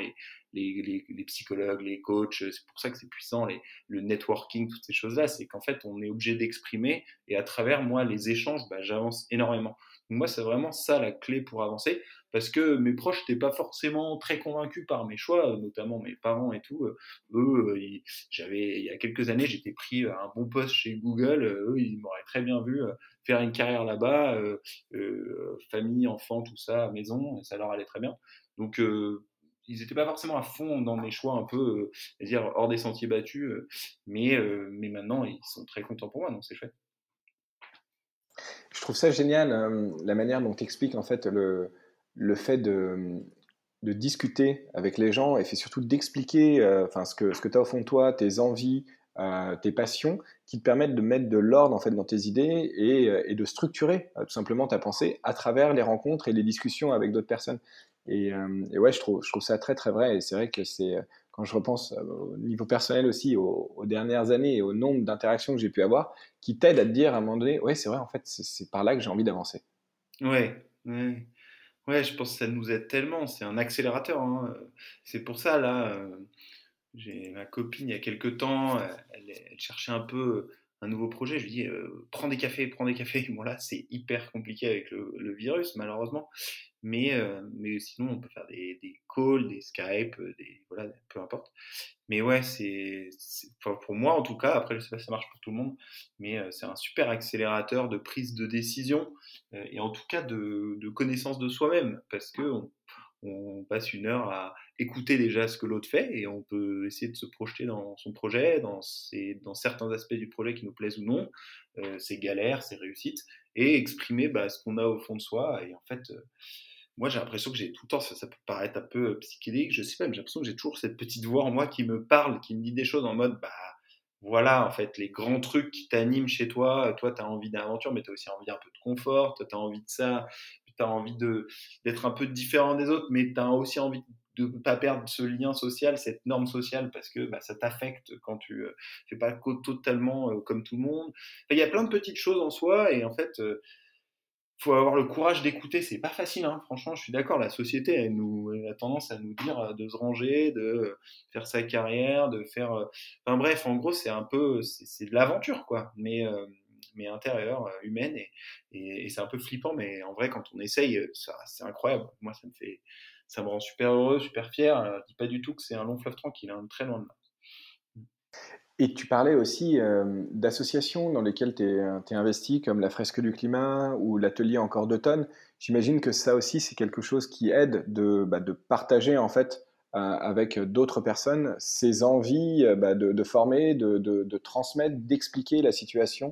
les psychologues, les coachs, c'est pour ça que c'est puissant, le networking, toutes ces choses-là, c'est qu'en fait, on est obligé d'exprimer et à travers moi, les échanges, bah, j'avance énormément. Donc moi, c'est vraiment ça la clé pour avancer parce que mes proches n'étaient pas forcément très convaincus par mes choix, notamment mes parents et tout. Eux, il y a quelques années, j'étais pris à un bon poste chez Google. Eux, ils m'auraient très bien vu faire une carrière là-bas, famille, enfants, tout ça, maison, et ça leur allait très bien. Donc, ils n'étaient pas forcément à fond dans mes choix un peu, dire hors des sentiers battus, mais maintenant ils sont très contents pour moi, donc c'est chouette. Je trouve ça génial, la manière dont tu expliques en fait le fait de discuter avec les gens et fait surtout d'expliquer, enfin ce que tu as au fond de toi, tes envies, tes passions, qui te permettent de mettre de l'ordre en fait dans tes idées et de structurer, tout simplement ta pensée à travers les rencontres et les discussions avec d'autres personnes. Et ouais, je trouve ça très, très vrai et c'est vrai que quand je repense, au niveau personnel aussi aux dernières années et au nombre d'interactions que j'ai pu avoir, qui t'aident à te dire à un moment donné: «Ouais, c'est vrai en fait, c'est par là que j'ai envie d'avancer». Ouais, ouais, ouais, je pense que ça nous aide tellement, c'est un accélérateur, hein. C'est pour ça là, j'ai ma copine il y a quelque temps, elle cherchait un peu un nouveau projet, je lui dis prends des cafés, prends des cafés. Bon là, c'est hyper compliqué avec le virus malheureusement, mais sinon on peut faire des calls, des Skype, voilà, peu importe. Mais ouais, enfin, pour moi en tout cas, après je sais pas si ça marche pour tout le monde, mais c'est un super accélérateur de prise de décision et en tout cas de connaissance de soi-même, parce que on passe une heure à écouter déjà ce que l'autre fait et on peut essayer de se projeter dans son projet, dans certains aspects du projet qui nous plaisent ou non, ses galères, ses réussites, et exprimer ce qu'on a au fond de soi. Et en fait, moi j'ai l'impression que j'ai tout le temps, ça peut paraître un peu psychédélique, je sais pas, mais j'ai l'impression que j'ai toujours cette petite voix en moi qui me parle, qui me dit des choses en mode, voilà, en fait, les grands trucs qui t'animent chez toi, toi, tu as envie d'aventure, mais tu as aussi envie d'un peu de confort, toi, tu as envie de ça, tu as envie d'être un peu différent des autres, mais tu as aussi envie de ne pas perdre ce lien social, cette norme sociale, parce que ça t'affecte quand tu fais pas totalement comme tout le monde. Enfin, il y a plein de petites choses en soi, et en fait, faut avoir le courage d'écouter, c'est pas facile, hein. Franchement, je suis d'accord, la société, elle a tendance à nous dire de se ranger, de faire sa carrière, de faire. Enfin bref, en gros, c'est un peu, c'est de l'aventure, quoi, mais intérieure, humaine, et c'est un peu flippant, mais en vrai, quand on essaye, c'est incroyable. Moi, ça me rend super heureux, super fier. Je dis pas du tout que c'est un long fleuve tranquille, hein, très loin de là. Et tu parlais aussi, d'associations dans lesquelles tu es investi, comme la Fresque du Climat ou l'Atelier Encore d'automne. J'imagine que ça aussi, c'est quelque chose qui aide de partager, en fait, avec d'autres personnes, ces envies, de former, de transmettre, d'expliquer la situation,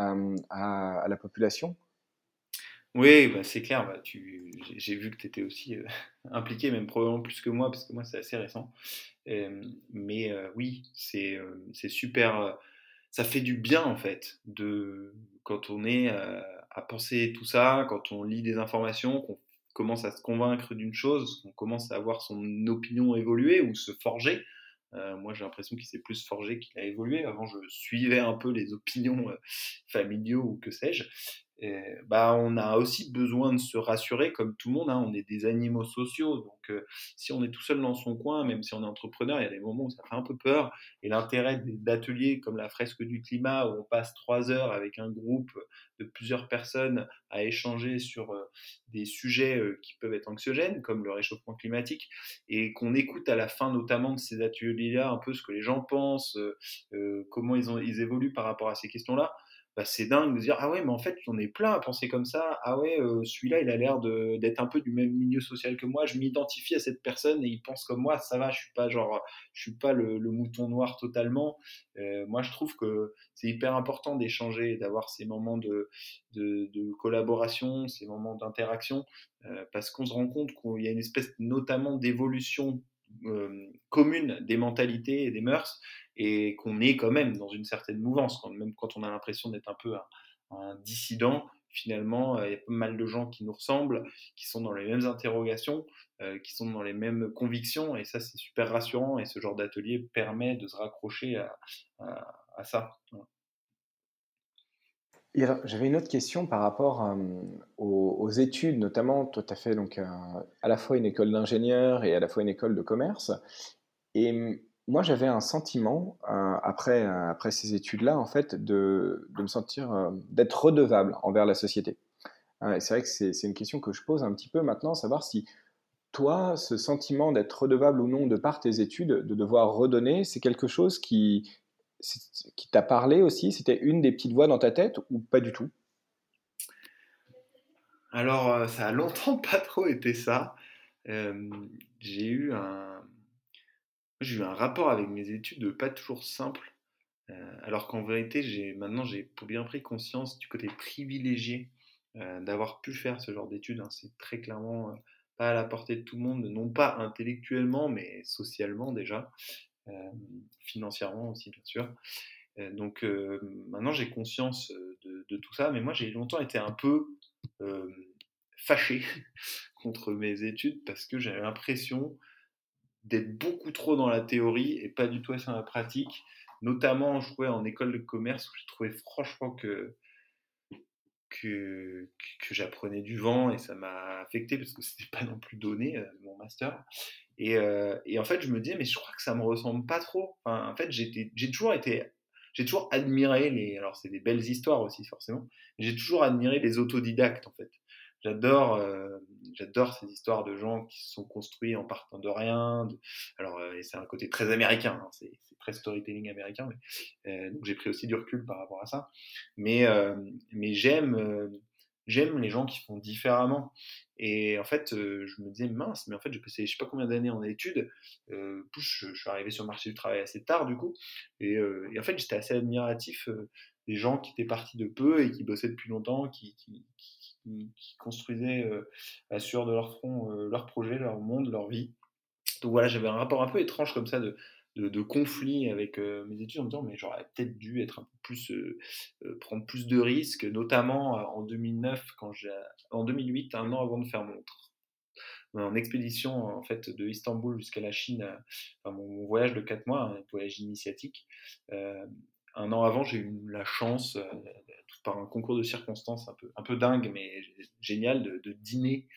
à la population? Oui, c'est clair. J'ai vu que tu étais aussi impliqué, même probablement plus que moi, parce que moi, c'est assez récent. Mais oui, c'est super. Ça fait du bien, en fait, quand on est à penser tout ça, quand on lit des informations, qu'on commence à se convaincre d'une chose, qu'on commence à voir son opinion évoluer ou se forger. Moi, j'ai l'impression qu'il s'est plus forgé qu'il a évolué. Avant, je suivais un peu les opinions familiaux ou que sais-je. On a aussi besoin de se rassurer comme tout le monde, hein. On est des animaux sociaux, donc si on est tout seul dans son coin, même si on est entrepreneur, il y a des moments où ça fait un peu peur. Et l'intérêt d'ateliers comme la Fresque du Climat, où on passe 3 heures avec un groupe de plusieurs personnes à échanger sur des sujets qui peuvent être anxiogènes, comme le réchauffement climatique, et qu'on écoute à la fin notamment de ces ateliers-là un peu ce que les gens pensent, comment ils évoluent par rapport à ces questions-là. C'est dingue de dire ah ouais, mais en fait on est plein à penser comme ça. Ah ouais, celui-là il a l'air d'être un peu du même milieu social que moi, je m'identifie à cette personne et il pense comme moi, ça va, je suis pas le mouton noir totalement. Moi je trouve que c'est hyper important d'échanger, d'avoir ces moments de collaboration, ces moments d'interaction, parce qu'on se rend compte qu'il y a une espèce notamment d'évolution commune des mentalités et des mœurs, et qu'on est quand même dans une certaine mouvance, même quand on a l'impression d'être un peu un dissident. Finalement, il y a pas mal de gens qui nous ressemblent, qui sont dans les mêmes interrogations, qui sont dans les mêmes convictions, et ça c'est super rassurant, et ce genre d'atelier permet de se raccrocher à ça. Voilà. Et alors, j'avais une autre question par rapport, aux études, notamment. Toi, tu as fait donc à la fois une école d'ingénieur et à la fois une école de commerce. Et moi, j'avais un sentiment, après ces études-là, en fait, de me sentir, d'être redevable envers la société. Et c'est vrai que c'est une question que je pose un petit peu maintenant, savoir si toi, ce sentiment d'être redevable ou non de par tes études, de devoir redonner, c'est quelque chose qui t'a parlé aussi? C'était une des petites voix dans ta tête ou pas du tout? Alors, ça a longtemps pas trop été ça. Euh, j'ai eu un, j'ai eu un rapport avec mes études pas toujours simple. Alors qu'en vérité, maintenant j'ai bien pris conscience du côté privilégié d'avoir pu faire ce genre d'études, hein. C'est très clairement pas à la portée de tout le monde, non pas intellectuellement, mais socialement déjà, euh, financièrement aussi bien sûr. Donc maintenant j'ai conscience de tout ça, mais moi j'ai longtemps été un peu euh, fâché contre mes études parce que j'avais l'impression d'être beaucoup trop dans la théorie et pas du tout assez dans la pratique. Notamment, je trouvais en école de commerce où je trouvais franchement que, que j'apprenais du vent, et ça m'a affecté parce que c'était pas non plus donné mon master. Et en fait, je me disais, mais je crois que ça me ressemble pas trop. Enfin, en fait, j'ai toujours été. j'ai toujours admiré alors c'est des belles histoires aussi forcément, mais j'ai toujours admiré les autodidactes en fait. J'adore, j'adore ces histoires de gens qui se sont construits en partant de rien. Alors, et c'est un côté très américain, hein, c'est très storytelling américain, donc j'ai pris aussi du recul par rapport à ça. Mais, euh, mais j'aime les gens qui font différemment. Et en fait, je me disais, mince, mais en fait, j'ai passé je sais pas combien d'années en études. Je suis arrivé sur le marché du travail assez tard, du coup. Et en fait, j'étais assez admiratif des gens qui étaient partis de peu et qui bossaient depuis longtemps, qui construisaient à sueur de leur front leur projet, leur monde, leur vie. Donc voilà, j'avais un rapport un peu étrange comme ça de conflit avec mes études en me disant mais j'aurais peut-être dû être un peu plus prendre plus de risques, notamment en 2009 en 2008, un an avant de faire mon expédition en fait de Istanbul jusqu'à la Chine, enfin, mon voyage de 4 mois, un voyage initiatique. Euh, un an avant, j'ai eu la chance, par un concours de circonstances un peu dingue, mais génial, de dîner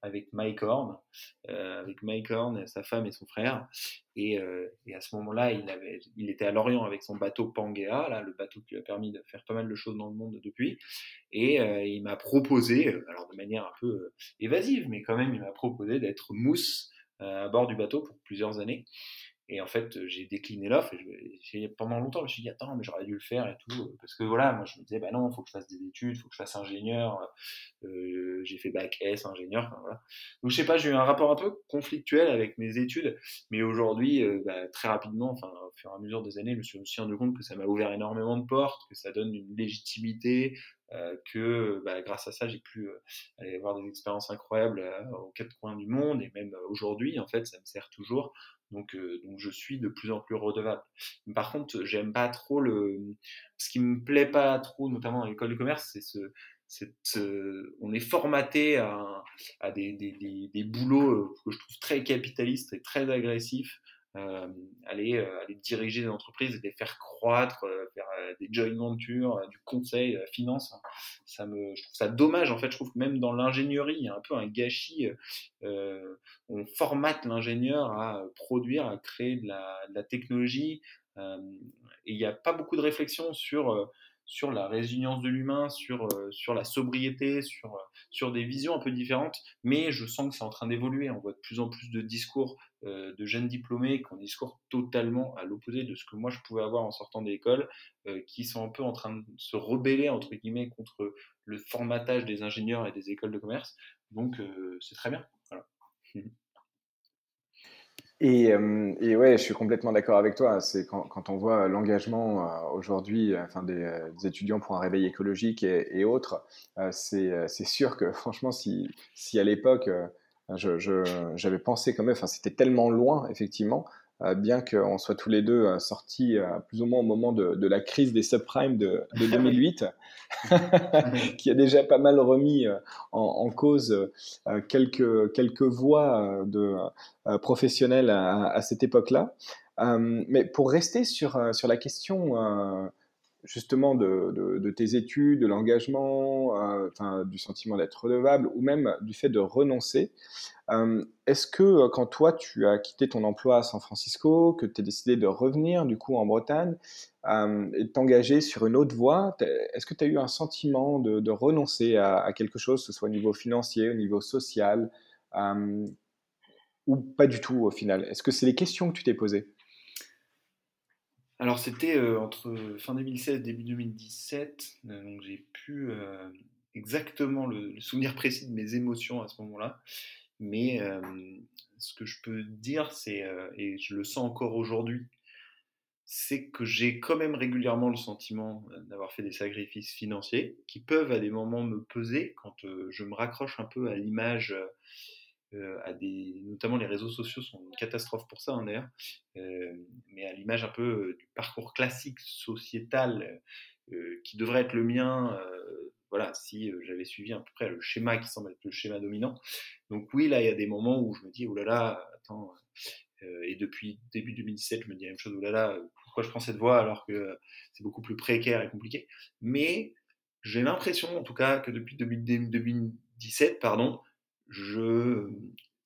avec Mike Horn, sa femme et son frère. Et à ce moment-là, il était à Lorient avec son bateau Pangea, là, le bateau qui lui a permis de faire pas mal de choses dans le monde depuis. Et il m'a proposé, alors de manière un peu évasive, mais quand même, il m'a proposé d'être mousse à bord du bateau pour plusieurs années. Et en fait, j'ai décliné l'offre et pendant longtemps, je me suis dit, attends, mais j'aurais dû le faire et tout. Parce que voilà, moi, je me disais, bah non, il faut que je fasse des études, il faut que je fasse ingénieur. J'ai fait bac S, ingénieur, enfin, voilà. Donc, je sais pas, j'ai eu un rapport un peu conflictuel avec mes études. Mais aujourd'hui, très rapidement, enfin, au fur et à mesure des années, je me suis aussi rendu compte que ça m'a ouvert énormément de portes, que ça donne une légitimité, que grâce à ça, j'ai pu aller avoir des expériences incroyables aux quatre coins du monde et même aujourd'hui, en fait, ça me sert toujours. Donc je suis de plus en plus redevable. Mais par contre, j'aime pas trop ce qui me plaît pas trop, notamment à l'école de commerce, on est formaté à des boulots que je trouve très capitalistes et très agressifs. Aller diriger des entreprises et les faire croître, faire des joint ventures, du conseil, de la finance, hein. Je trouve ça dommage en fait. Je trouve que même dans l'ingénierie, il y a un peu un gâchis. Euh, on formate l'ingénieur à produire, à créer de la technologie. Et il n'y a pas beaucoup de réflexion sur la résilience de l'humain, sur la sobriété, sur des visions un peu différentes. Mais je sens que c'est en train d'évoluer. On voit de plus en plus de discours de jeunes diplômés qui ont des discours totalement à l'opposé de ce que moi je pouvais avoir en sortant de l'école, qui sont un peu en train de se rebeller, entre guillemets, contre le formatage des ingénieurs et des écoles de commerce. Donc c'est très bien. Voilà. Et ouais, je suis complètement d'accord avec toi. C'est quand on voit l'engagement aujourd'hui, enfin des étudiants pour un réveil écologique et autres, c'est sûr que franchement, si à l'époque, j'avais pensé quand même, enfin c'était tellement loin, effectivement, bien qu'on soit tous les deux sortis plus ou moins au moment de la crise des subprimes de Oui. 2008, qui a déjà pas mal remis en cause quelques voies professionnelles à cette époque-là. Mais pour rester sur la question justement de tes études, de l'engagement, enfin, du sentiment d'être redevable ou même du fait de renoncer, est-ce que quand toi tu as quitté ton emploi à San Francisco, que tu as décidé de revenir du coup en Bretagne et de t'engager sur une autre voie, est-ce que tu as eu un sentiment de renoncer à quelque chose, que ce soit au niveau financier, au niveau social, euh, ou pas du tout au final? Est-ce que c'est les questions que tu t'es posées? Alors c'était entre fin 2016 début 2017, donc j'ai pu exactement le souvenir précis de mes émotions à ce moment-là. Mais ce que je peux dire, et je le sens encore aujourd'hui, c'est que j'ai quand même régulièrement le sentiment d'avoir fait des sacrifices financiers qui peuvent à des moments me peser quand je me raccroche un peu à l'image, notamment les réseaux sociaux sont une catastrophe pour ça, hein, d'ailleurs, euh, mais à l'image un peu du parcours classique sociétal qui devrait être le mien, voilà, si j'avais suivi à peu près le schéma qui semble être le schéma dominant. Donc oui, là, il y a des moments où je me dis, oh là là, attends, et depuis début 2017, je me dis la même chose, oh là là, pourquoi je prends cette voie alors que c'est beaucoup plus précaire et compliqué. Mais j'ai l'impression, en tout cas, que depuis 2017, pardon, je,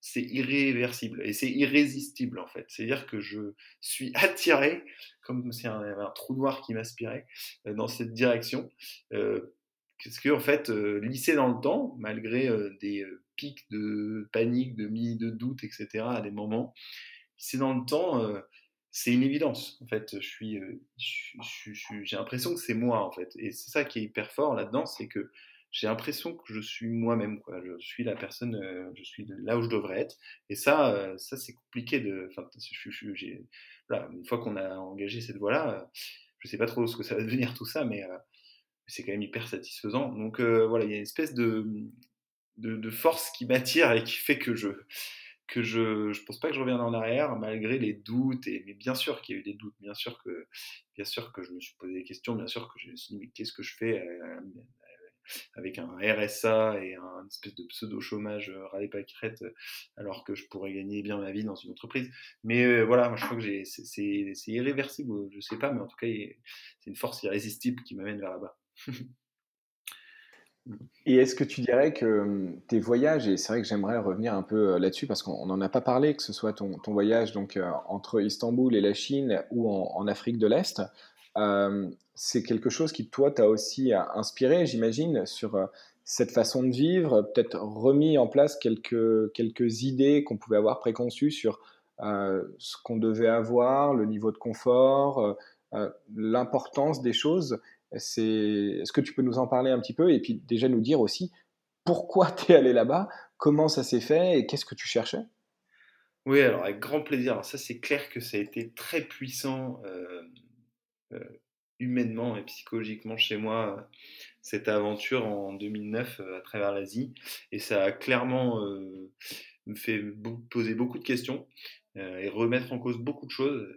c'est irréversible et c'est irrésistible en fait. C'est-à-dire que je suis attiré, comme si un trou noir qui m'aspirait, dans cette direction. Parce que en fait, lisser dans le temps, malgré des pics de panique, de doute, etc., à des moments, lisser dans le temps, c'est une évidence. En fait, j'ai l'impression que c'est moi en fait, et c'est ça qui est hyper fort là-dedans, c'est que j'ai l'impression que je suis moi-même, quoi. Je suis la personne, je suis là où je devrais être. Et ça c'est compliqué de. Enfin, voilà, une fois qu'on a engagé cette voie-là, je sais pas trop ce que ça va devenir tout ça, mais c'est quand même hyper satisfaisant. Donc voilà, il y a une espèce de force qui m'attire et qui fait que je pense pas que je reviendrai en arrière malgré les doutes. Mais bien sûr qu'il y a eu des doutes, bien sûr que je me suis posé des questions, bien sûr que je me suis dit mais qu'est-ce que je fais avec un RSA et un espèce de pseudo-chômage râlé pâquerette alors que je pourrais gagner bien ma vie dans une entreprise. Mais voilà, moi je crois que c'est irréversible, je sais pas, mais en tout cas c'est une force irrésistible qui m'amène vers là-bas. Et est-ce que tu dirais que, tes voyages et c'est vrai que j'aimerais revenir un peu, là-dessus parce qu'on n'en a pas parlé, que ce soit ton voyage donc, entre Istanbul et la Chine ou en Afrique de l'Est, c'est quelque chose qui toi t'a aussi, inspiré j'imagine sur, cette façon de vivre, peut-être remis en place quelques idées qu'on pouvait avoir préconçues sur, ce qu'on devait avoir, le niveau de confort, l'importance des choses. Est-ce que tu peux nous en parler un petit peu et puis déjà nous dire aussi pourquoi tu es allé là-bas? Comment ça s'est fait et qu'est-ce que tu cherchais? Oui, alors avec grand plaisir. Alors ça, c'est clair que ça a été très puissant humainement et psychologiquement chez moi, cette aventure en 2009 à travers l'Asie. Et ça a clairement me fait poser beaucoup de questions et remettre en cause beaucoup de choses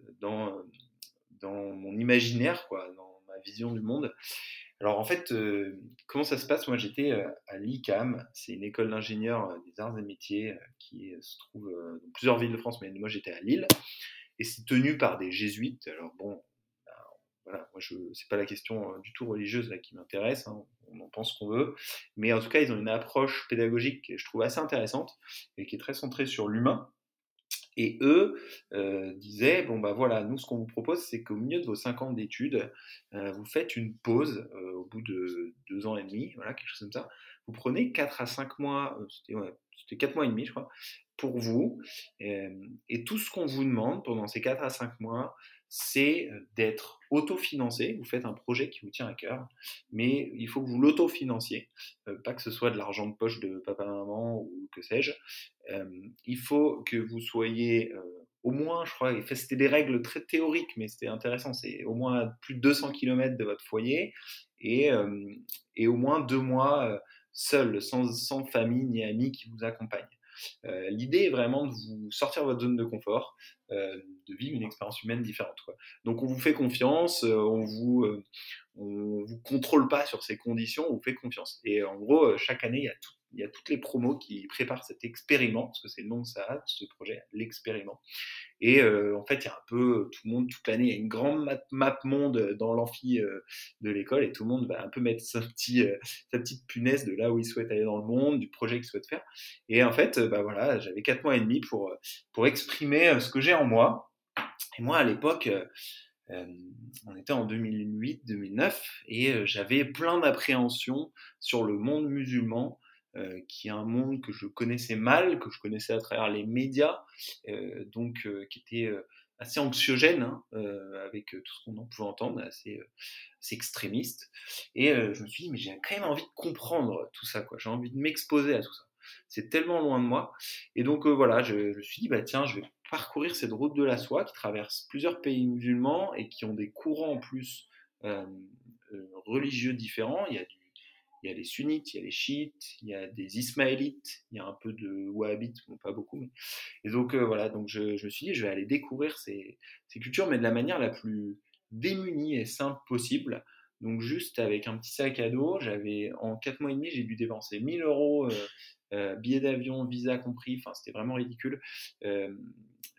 dans mon imaginaire, quoi, dans ma vision du monde. Alors en fait, comment ça se passe? Moi j'étais à l'ICAM, c'est une école d'ingénieurs des arts et métiers qui se trouve dans plusieurs villes de France, mais moi j'étais à Lille, et c'est tenu par des jésuites. Alors bon, ben, voilà, moi c'est pas la question du tout religieuse là qui m'intéresse, hein, on en pense qu'on veut, mais en tout cas ils ont une approche pédagogique que je trouve assez intéressante et qui est très centrée sur l'humain. Et eux disaient, bon bah voilà, nous ce qu'on vous propose, c'est qu'au milieu de vos 5 ans d'études, vous faites une pause au bout de 2 ans et demi, voilà, quelque chose comme ça. Vous prenez 4 à 5 mois, c'était 4 mois et demi, je crois, pour vous. Et tout ce qu'on vous demande pendant ces 4 à 5 mois, c'est d'être autofinancé. Vous faites un projet qui vous tient à cœur, mais il faut que vous l'autofinanciez, pas que ce soit de l'argent de poche de papa-maman ou que sais-je. Il faut que vous soyez au moins, je crois, enfin, c'était des règles très théoriques, mais c'était intéressant, c'est au moins à plus de 200 km de votre foyer et, euh, et au moins 2 mois seul, sans famille ni amis qui vous accompagnent. L'idée est vraiment de vous sortir de votre zone de confort, de vivre une expérience humaine différente, quoi. Donc on vous fait confiance, on vous contrôle pas sur ces conditions, on vous fait confiance. Et en gros, chaque année, il y a toutes les promos qui préparent cet expériment, parce que c'est le nom de ça, ce projet, l'expériment. Et en fait, il y a un peu tout le monde, toute l'année, il y a une grande map monde dans l'amphi de l'école, et tout le monde va un peu mettre sa petite punaise de là où il souhaite aller dans le monde, du projet qu'il souhaite faire. Et en fait, bah voilà, j'avais 4 mois et demi pour exprimer ce que j'ai en moi. Et moi, à l'époque, euh, on était en 2008-2009 et j'avais plein d'appréhensions sur le monde musulman, qui est un monde que je connaissais mal, que je connaissais à travers les médias, donc qui était assez anxiogène, hein, avec tout ce qu'on en pouvait entendre, assez extrémiste. Et je me suis dit, mais j'ai quand même envie de comprendre tout ça, quoi. J'ai envie de m'exposer à tout ça. C'est tellement loin de moi. Et donc voilà, je me suis dit, bah tiens, je vais parcourir cette route de la soie qui traverse plusieurs pays musulmans et qui ont des courants en plus religieux différents. Il y a les sunnites, il y a les chiites, il y a des ismaélites, il y a un peu de wahhabites, bon, pas beaucoup. Et donc voilà, donc je me suis dit, je vais aller découvrir ces cultures, mais de la manière la plus démunie et simple possible. Donc juste avec un petit sac à dos, en 4 mois et demi, j'ai dû dépenser 1 000 euros, billets d'avion, visa compris, enfin c'était vraiment ridicule. Euh,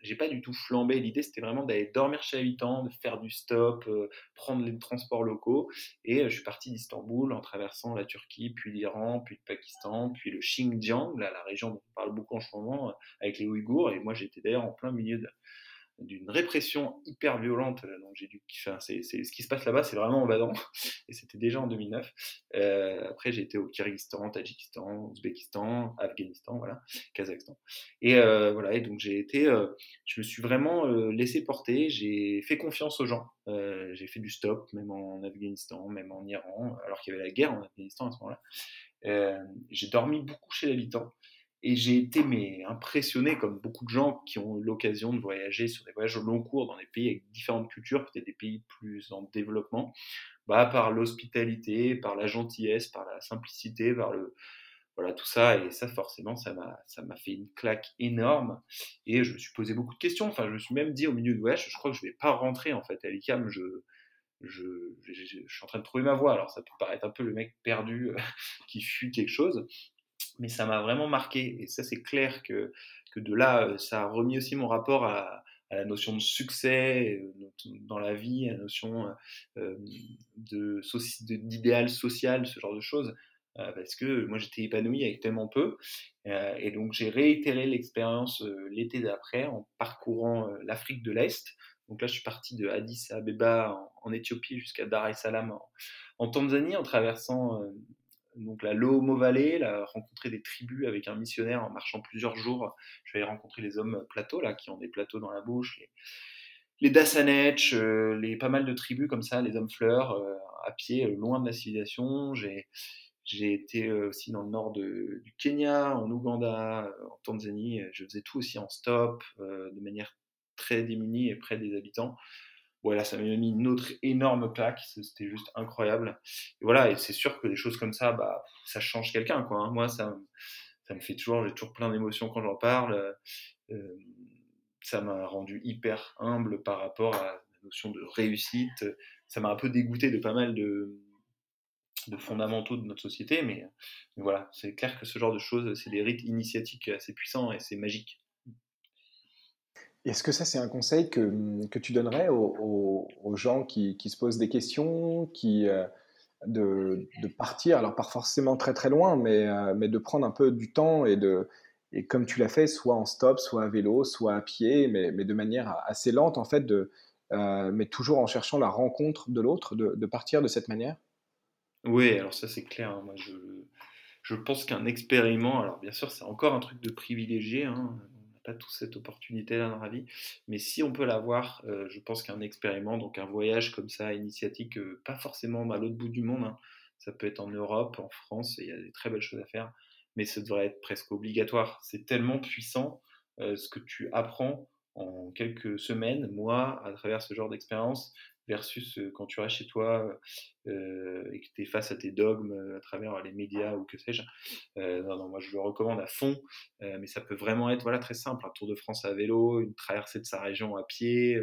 j'ai pas du tout flambé. L'idée, c'était vraiment d'aller dormir chez l'habitant, de faire du stop, prendre les transports locaux. Et je suis parti d'Istanbul en traversant la Turquie, puis l'Iran, puis le Pakistan, puis le Xinjiang, là, la région dont on parle beaucoup en ce moment, avec les Ouïghours. Et moi, j'étais d'ailleurs en plein milieu d'une répression hyper violente. Donc j'ai dû, enfin, c'est ce qui se passe là-bas, c'est vraiment embêtant. Et c'était déjà en 2009. Après, j'ai été au Kyrgyzstan, Tadjikistan, Ouzbékistan, Afghanistan, voilà, Kazakhstan. Et voilà, et donc je me suis vraiment laissé porter. J'ai fait confiance aux gens. J'ai fait du stop, même en Afghanistan, même en Iran, alors qu'il y avait la guerre en Afghanistan à ce moment-là. J'ai dormi beaucoup chez l'habitant. Et j'ai été impressionné, comme beaucoup de gens qui ont eu l'occasion de voyager sur des voyages au long cours dans des pays avec différentes cultures, peut-être des pays plus en développement, par l'hospitalité, par la gentillesse, par la simplicité, voilà, tout ça. Et ça, forcément, ça m'a fait une claque énorme. Et je me suis posé beaucoup de questions. Enfin, je me suis même dit au milieu du voyage, je crois que je vais pas rentrer en fait à l'ICAM. Je suis en train de trouver ma voie. Alors, ça peut paraître un peu le mec perdu qui fuit quelque chose, mais ça m'a vraiment marqué. Et ça, c'est clair que de là, ça a remis aussi mon rapport à la notion de succès dans la vie, à la notion euh, d'idéal social, ce genre de choses. Parce que moi, j'étais épanoui avec tellement peu. Et donc, j'ai réitéré l'expérience l'été d'après en parcourant l'Afrique de l'Est. Donc là, je suis parti de Addis Abeba en Éthiopie jusqu'à Dar es Salaam en Tanzanie, en traversant donc la Lomo Valley, là, rencontrer des tribus avec un missionnaire en marchant plusieurs jours. Je vais aller rencontrer les hommes plateaux, là, qui ont des plateaux dans la bouche, les Dassanetch, pas mal de tribus comme ça, les hommes fleurs, à pied, loin de la civilisation. J'ai été aussi dans le nord du Kenya, en Ouganda, en Tanzanie. Je faisais tout aussi en stop, de manière très démunie et près des habitants. Voilà, ça m'a mis une autre énorme claque, c'était juste incroyable. Et voilà, et c'est sûr que des choses comme ça, ça change quelqu'un, quoi, hein. Moi, ça me fait toujours, j'ai toujours plein d'émotions quand j'en parle. Euh, Ça m'a rendu hyper humble par rapport à la notion de réussite. Ça m'a un peu dégoûté de pas mal de fondamentaux de notre société, mais voilà, c'est clair que ce genre de choses, c'est des rites initiatiques assez puissants et c'est magique. Est-ce que ça, c'est un conseil que tu donnerais aux gens qui se posent des questions, de partir, alors pas forcément très très loin, mais de prendre un peu du temps et comme tu l'as fait, soit en stop, soit à vélo, soit à pied, mais de manière assez lente en fait, mais toujours en cherchant la rencontre de l'autre, de partir de cette manière? Oui, alors ça c'est clair, hein. Moi je pense qu'un expériment, alors bien sûr c'est encore un truc de privilégié, hein, on n'a pas tous cette opportunité-là dans la vie, mais si on peut l'avoir, je pense qu'un expériment, donc un voyage comme ça, initiatique, pas forcément à l'autre bout du monde, hein, ça peut être en Europe, en France, il y a des très belles choses à faire, mais ça devrait être presque obligatoire. C'est tellement puissant ce que tu apprends en quelques semaines, mois, à travers ce genre d'expérience, versus quand tu restes chez toi et que tu es face à tes dogmes à travers les médias ou que sais-je. Non, non, moi je le recommande à fond, mais ça peut vraiment être voilà, très simple, un Tour de France à vélo, une traversée de sa région à pied,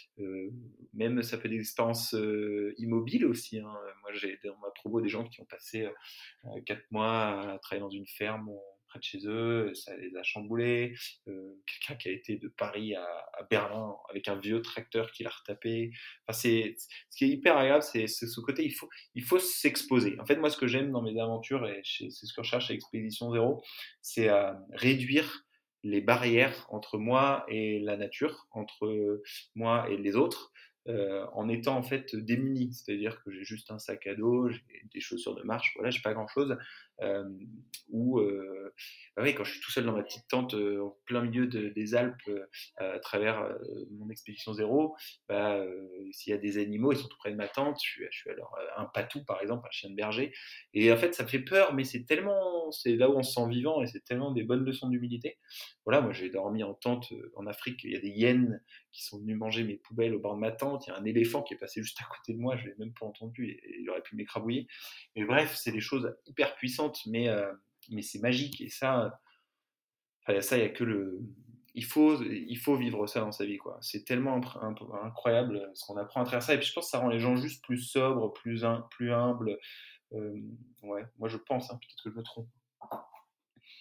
même ça peut être des expériences immobiles aussi, hein. Moi j'ai dans ma promo des gens qui ont passé 4 mois à travailler dans une ferme près de chez eux, ça les a chamboulés. Quelqu'un qui a été de Paris à Berlin avec un vieux tracteur qui l'a retapé. Enfin, ce qui est hyper agréable, c'est ce côté, il faut s'exposer. En fait, moi, ce que j'aime dans mes aventures, et c'est ce que je recherche à Expédition Zéro, c'est à réduire les barrières entre moi et la nature, entre moi et les autres, en étant en fait démuni. C'est-à-dire que j'ai juste un sac à dos, j'ai des chaussures de marche, voilà, j'ai pas grand-chose. Euh, ou oui, quand je suis tout seul dans ma petite tente en plein milieu des Alpes à travers mon expédition zéro, s'il y a des animaux, ils sont tout près de ma tente, je suis alors un patou par exemple, un chien de berger, et en fait ça me fait peur, mais c'est là où on se sent vivant et c'est tellement des bonnes leçons d'humilité. Voilà, moi j'ai dormi en tente en Afrique, il y a des hyènes qui sont venus manger mes poubelles au bord de ma tente, il y a un éléphant qui est passé juste à côté de moi, je l'ai même pas entendu et il aurait pu m'écrabouiller. Mais bref, c'est des choses hyper puissantes, mais c'est magique. Et ça, enfin, ça, il y a que le. Il faut vivre ça dans sa vie, quoi. C'est tellement incroyable ce qu'on apprend à travers ça. Et puis je pense que ça rend les gens juste plus sobres, plus humbles. Ouais, moi je pense, hein, peut-être que je me trompe.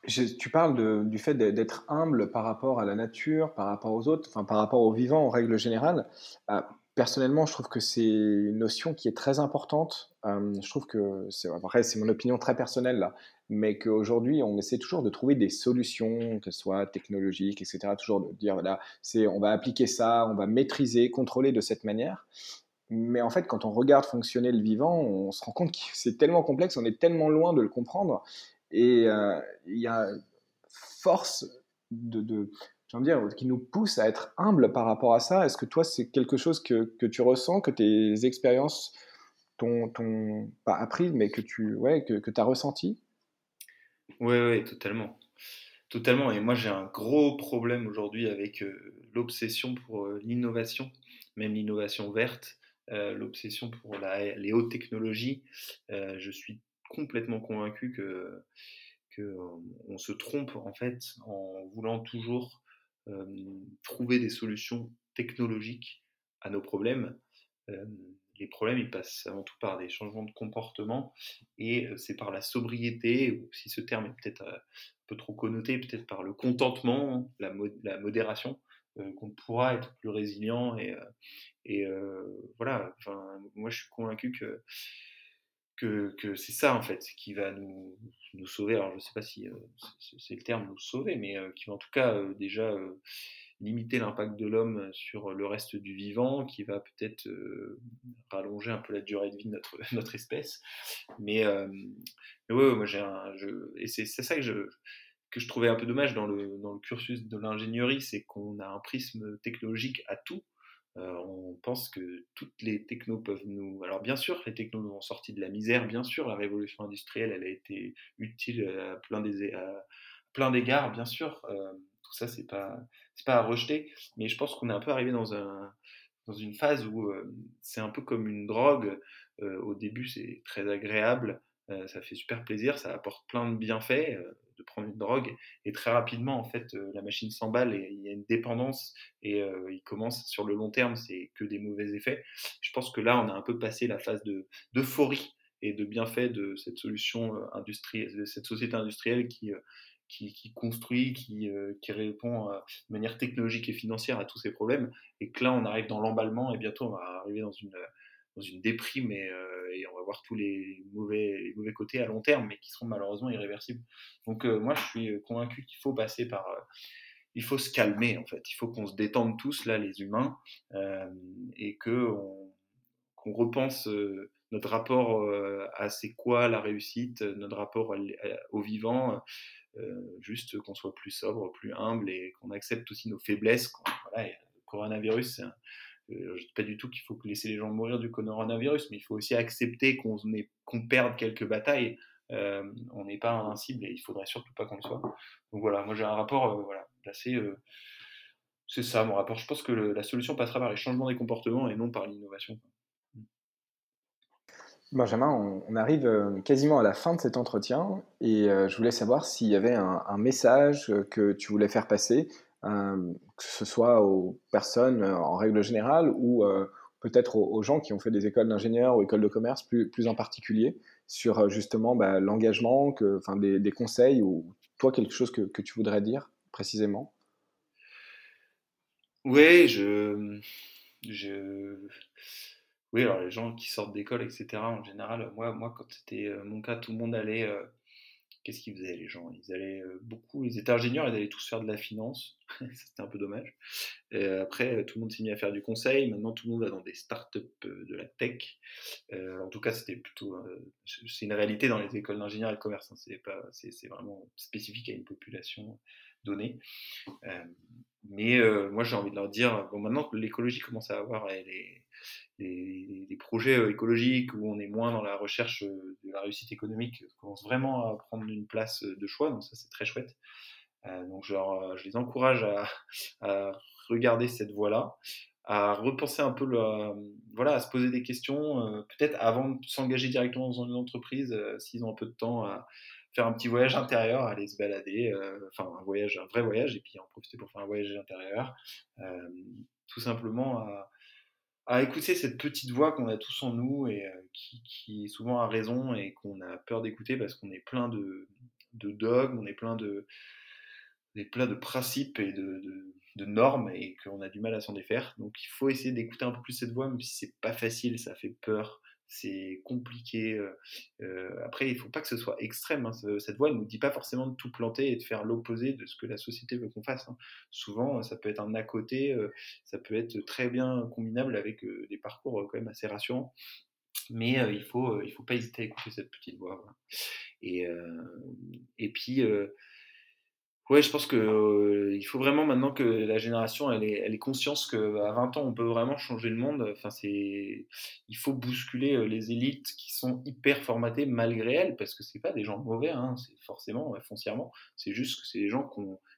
Tu parles du fait d'être humble par rapport à la nature, par rapport aux autres, enfin par rapport aux vivants en règle générale. Personnellement, je trouve que c'est une notion qui est très importante. Je trouve que après, c'est mon opinion très personnelle là, mais qu'aujourd'hui, on essaie toujours de trouver des solutions, qu'elles soient technologiques, etc. Toujours de dire, voilà, on va appliquer ça, on va maîtriser, contrôler de cette manière. Mais en fait, quand on regarde fonctionner le vivant, on se rend compte que c'est tellement complexe, on est tellement loin de le comprendre. Et il y a force j'ai envie de dire, qui nous pousse à être humble par rapport à ça. Est-ce que toi, c'est quelque chose que tu ressens, que tes expériences t'ont pas appris, mais que tu as ressenti? Ouais, ouais, totalement. Totalement. Et moi, j'ai un gros problème aujourd'hui avec l'obsession pour l'innovation, même l'innovation verte, l'obsession pour les hautes technologies. Je suis complètement convaincu que on se trompe en fait en voulant toujours euh, trouver des solutions technologiques à nos problèmes. Euh, les problèmes, ils passent avant tout par des changements de comportement et c'est par la sobriété, ou si ce terme est peut-être un peu trop connoté, peut-être par le contentement, la modération, qu'on pourra être plus résilient voilà. Enfin, moi, je suis convaincu que c'est ça en fait qui va nous sauver. Alors je ne sais pas si c'est le terme nous sauver, mais qui va en tout cas déjà limiter l'impact de l'homme sur le reste du vivant, qui va peut-être rallonger un peu la durée de vie de notre espèce. Mais ouais, moi et c'est ça que je trouvais un peu dommage dans le cursus de l'ingénierie, c'est qu'on a un prisme technologique à tout. On pense que toutes les technos peuvent nous. Alors bien sûr, les technos nous ont sorti de la misère. Bien sûr, la révolution industrielle, elle a été utile à plein d'égards. Bien sûr, tout ça, c'est pas à rejeter. Mais je pense qu'on est un peu arrivé dans une phase où c'est un peu comme une drogue. Au début, c'est très agréable, ça fait super plaisir, ça apporte plein de bienfaits de prendre une drogue. Et très rapidement, en fait, la machine s'emballe et il y a une dépendance. Et il commence sur le long terme, c'est que des mauvais effets. Je pense que là, on a un peu passé la phase d'euphorie et de bienfaits de cette solution industrielle, de cette société industrielle qui construit, qui répond de manière technologique et financière à tous ces problèmes, et que là on arrive dans l'emballement et bientôt on va arriver dans une déprime et on va voir tous les mauvais côtés à long terme, mais qui seront malheureusement irréversibles. Donc moi je suis convaincu qu'il faut passer par il faut se calmer en fait, il faut qu'on se détende tous là les humains et qu'on repense notre rapport à c'est quoi la réussite, notre rapport au vivant, juste qu'on soit plus sobre, plus humble et qu'on accepte aussi nos faiblesses. Voilà, le coronavirus, je ne dis pas du tout qu'il faut laisser les gens mourir du coronavirus, mais il faut aussi accepter qu'on perde quelques batailles. On n'est pas invincible et il faudrait surtout pas qu'on le soit. Donc voilà, moi j'ai un rapport voilà, assez. C'est ça mon rapport. Je pense que la solution passera par les changements des comportements et non par l'innovation. Benjamin, on arrive quasiment à la fin de cet entretien et je voulais savoir s'il y avait un message que tu voulais faire passer, que ce soit aux personnes en règle générale ou peut-être aux gens qui ont fait des écoles d'ingénieurs ou écoles de commerce plus en particulier, sur justement l'engagement, enfin, des conseils ou toi quelque chose que tu voudrais dire précisément. Oui, je, oui, alors les gens qui sortent d'école, etc. En général, moi, quand c'était mon cas, tout le monde allait. Qu'est-ce qu'ils faisaient les gens? Ils allaient beaucoup. Ils étaient ingénieurs, ils allaient tous faire de la finance. C'était un peu dommage. Et après, tout le monde s'est mis à faire du conseil. Maintenant, tout le monde va dans des startups de la tech. En tout cas, c'était plutôt. C'est une réalité dans les écoles d'ingénieurs et de commerce, hein. C'est pas, c'est vraiment spécifique à une population donnée. Euh, mais moi, j'ai envie de leur dire, bon, maintenant que l'écologie commence à avoir les projets écologiques où on est moins dans la recherche de la réussite économique, commence vraiment à prendre une place de choix, donc ça c'est très chouette. Donc je les encourage à regarder cette voie-là, à repenser un peu, voilà, à se poser des questions, peut-être avant de s'engager directement dans une entreprise, s'ils ont un peu de temps, à faire un petit voyage intérieur, à aller se balader, enfin un vrai voyage, et puis en profiter pour faire un voyage intérieur, euh, tout simplement à écouter cette petite voix qu'on a tous en nous et qui souvent a raison et qu'on a peur d'écouter parce qu'on est plein de dogmes, on est plein de principes et de normes et qu'on a du mal à s'en défaire. Donc il faut essayer d'écouter un peu plus cette voix, même si c'est pas facile, ça fait peur, c'est compliqué. Après, il ne faut pas que ce soit extrême. Cette voix ne nous dit pas forcément de tout planter et de faire l'opposé de ce que la société veut qu'on fasse. Souvent, ça peut être un à côté, ça peut être très bien combinable avec des parcours quand même assez rassurants. Mais il faut pas hésiter à écouter cette petite voix. Voilà. Et puis, ouais, je pense qu'il faut vraiment maintenant que la génération elle ait conscience qu'à 20 ans on peut vraiment changer le monde. Enfin, il faut bousculer les élites qui sont hyper formatées malgré elles, parce que c'est pas des gens mauvais, c'est forcément foncièrement, c'est juste que c'est des gens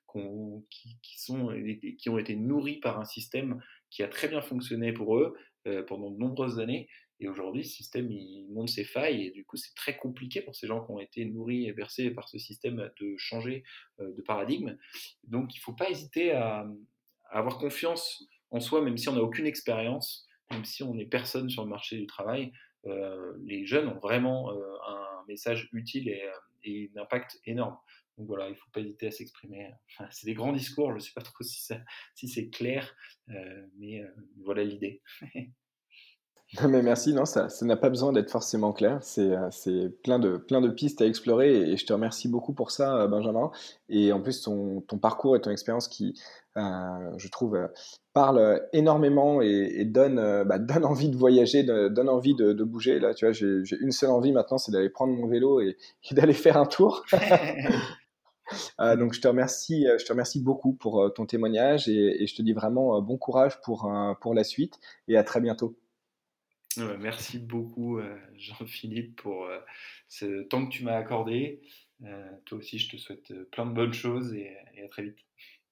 qui ont été nourris par un système qui a très bien fonctionné pour eux pendant de nombreuses années. Et aujourd'hui, le système, il montre ses failles, et du coup, c'est très compliqué pour ces gens qui ont été nourris et bercés par ce système de changer de paradigme. Donc, il ne faut pas hésiter à avoir confiance en soi, même si on n'a aucune expérience, même si on n'est personne sur le marché du travail. Les jeunes ont vraiment un message utile et un impact énorme. Donc voilà, il ne faut pas hésiter à s'exprimer. Enfin, c'est des grands discours, je ne sais pas trop si c'est clair, mais voilà l'idée. Non, mais merci, non, ça n'a pas besoin d'être forcément clair. C'est plein de pistes à explorer et je te remercie beaucoup pour ça, Benjamin. Et en plus, ton parcours et ton expérience qui, je trouve, parle énormément et donne envie de voyager, donne envie de bouger. Là, tu vois, j'ai une seule envie maintenant, c'est d'aller prendre mon vélo et d'aller faire un tour. Donc, je te remercie beaucoup pour ton témoignage et je te dis vraiment bon courage pour la suite et à très bientôt. Merci beaucoup Jean-Philippe pour ce temps que tu m'as accordé. Toi aussi, je te souhaite plein de bonnes choses et à très vite.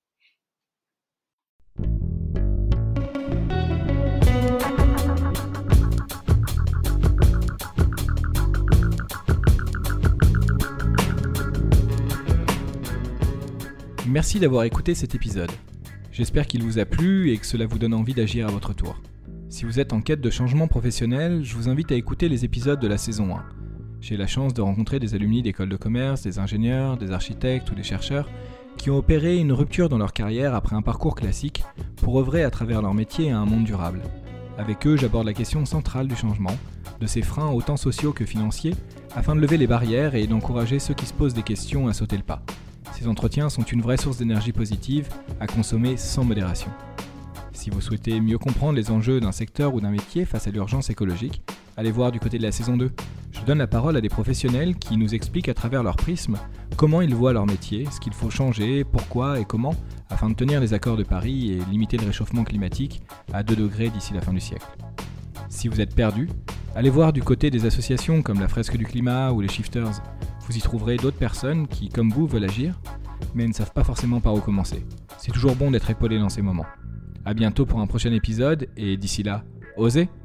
Merci d'avoir écouté cet épisode. J'espère qu'il vous a plu et que cela vous donne envie d'agir à votre tour. Si vous êtes en quête de changement professionnel, je vous invite à écouter les épisodes de la saison 1. J'ai la chance de rencontrer des alumni d'écoles de commerce, des ingénieurs, des architectes ou des chercheurs qui ont opéré une rupture dans leur carrière après un parcours classique pour œuvrer à travers leur métier à un monde durable. Avec eux, j'aborde la question centrale du changement, de ses freins autant sociaux que financiers, afin de lever les barrières et d'encourager ceux qui se posent des questions à sauter le pas. Ces entretiens sont une vraie source d'énergie positive à consommer sans modération. Si vous souhaitez mieux comprendre les enjeux d'un secteur ou d'un métier face à l'urgence écologique, allez voir du côté de la saison 2. Je donne la parole à des professionnels qui nous expliquent à travers leur prisme comment ils voient leur métier, ce qu'il faut changer, pourquoi et comment, afin de tenir les accords de Paris et limiter le réchauffement climatique à 2 degrés d'ici la fin du siècle. Si vous êtes perdu, allez voir du côté des associations comme la Fresque du Climat ou les Shifters. Vous y trouverez d'autres personnes qui, comme vous, veulent agir, mais ne savent pas forcément par où commencer. C'est toujours bon d'être épaulé dans ces moments. À bientôt pour un prochain épisode, et d'ici là, osez!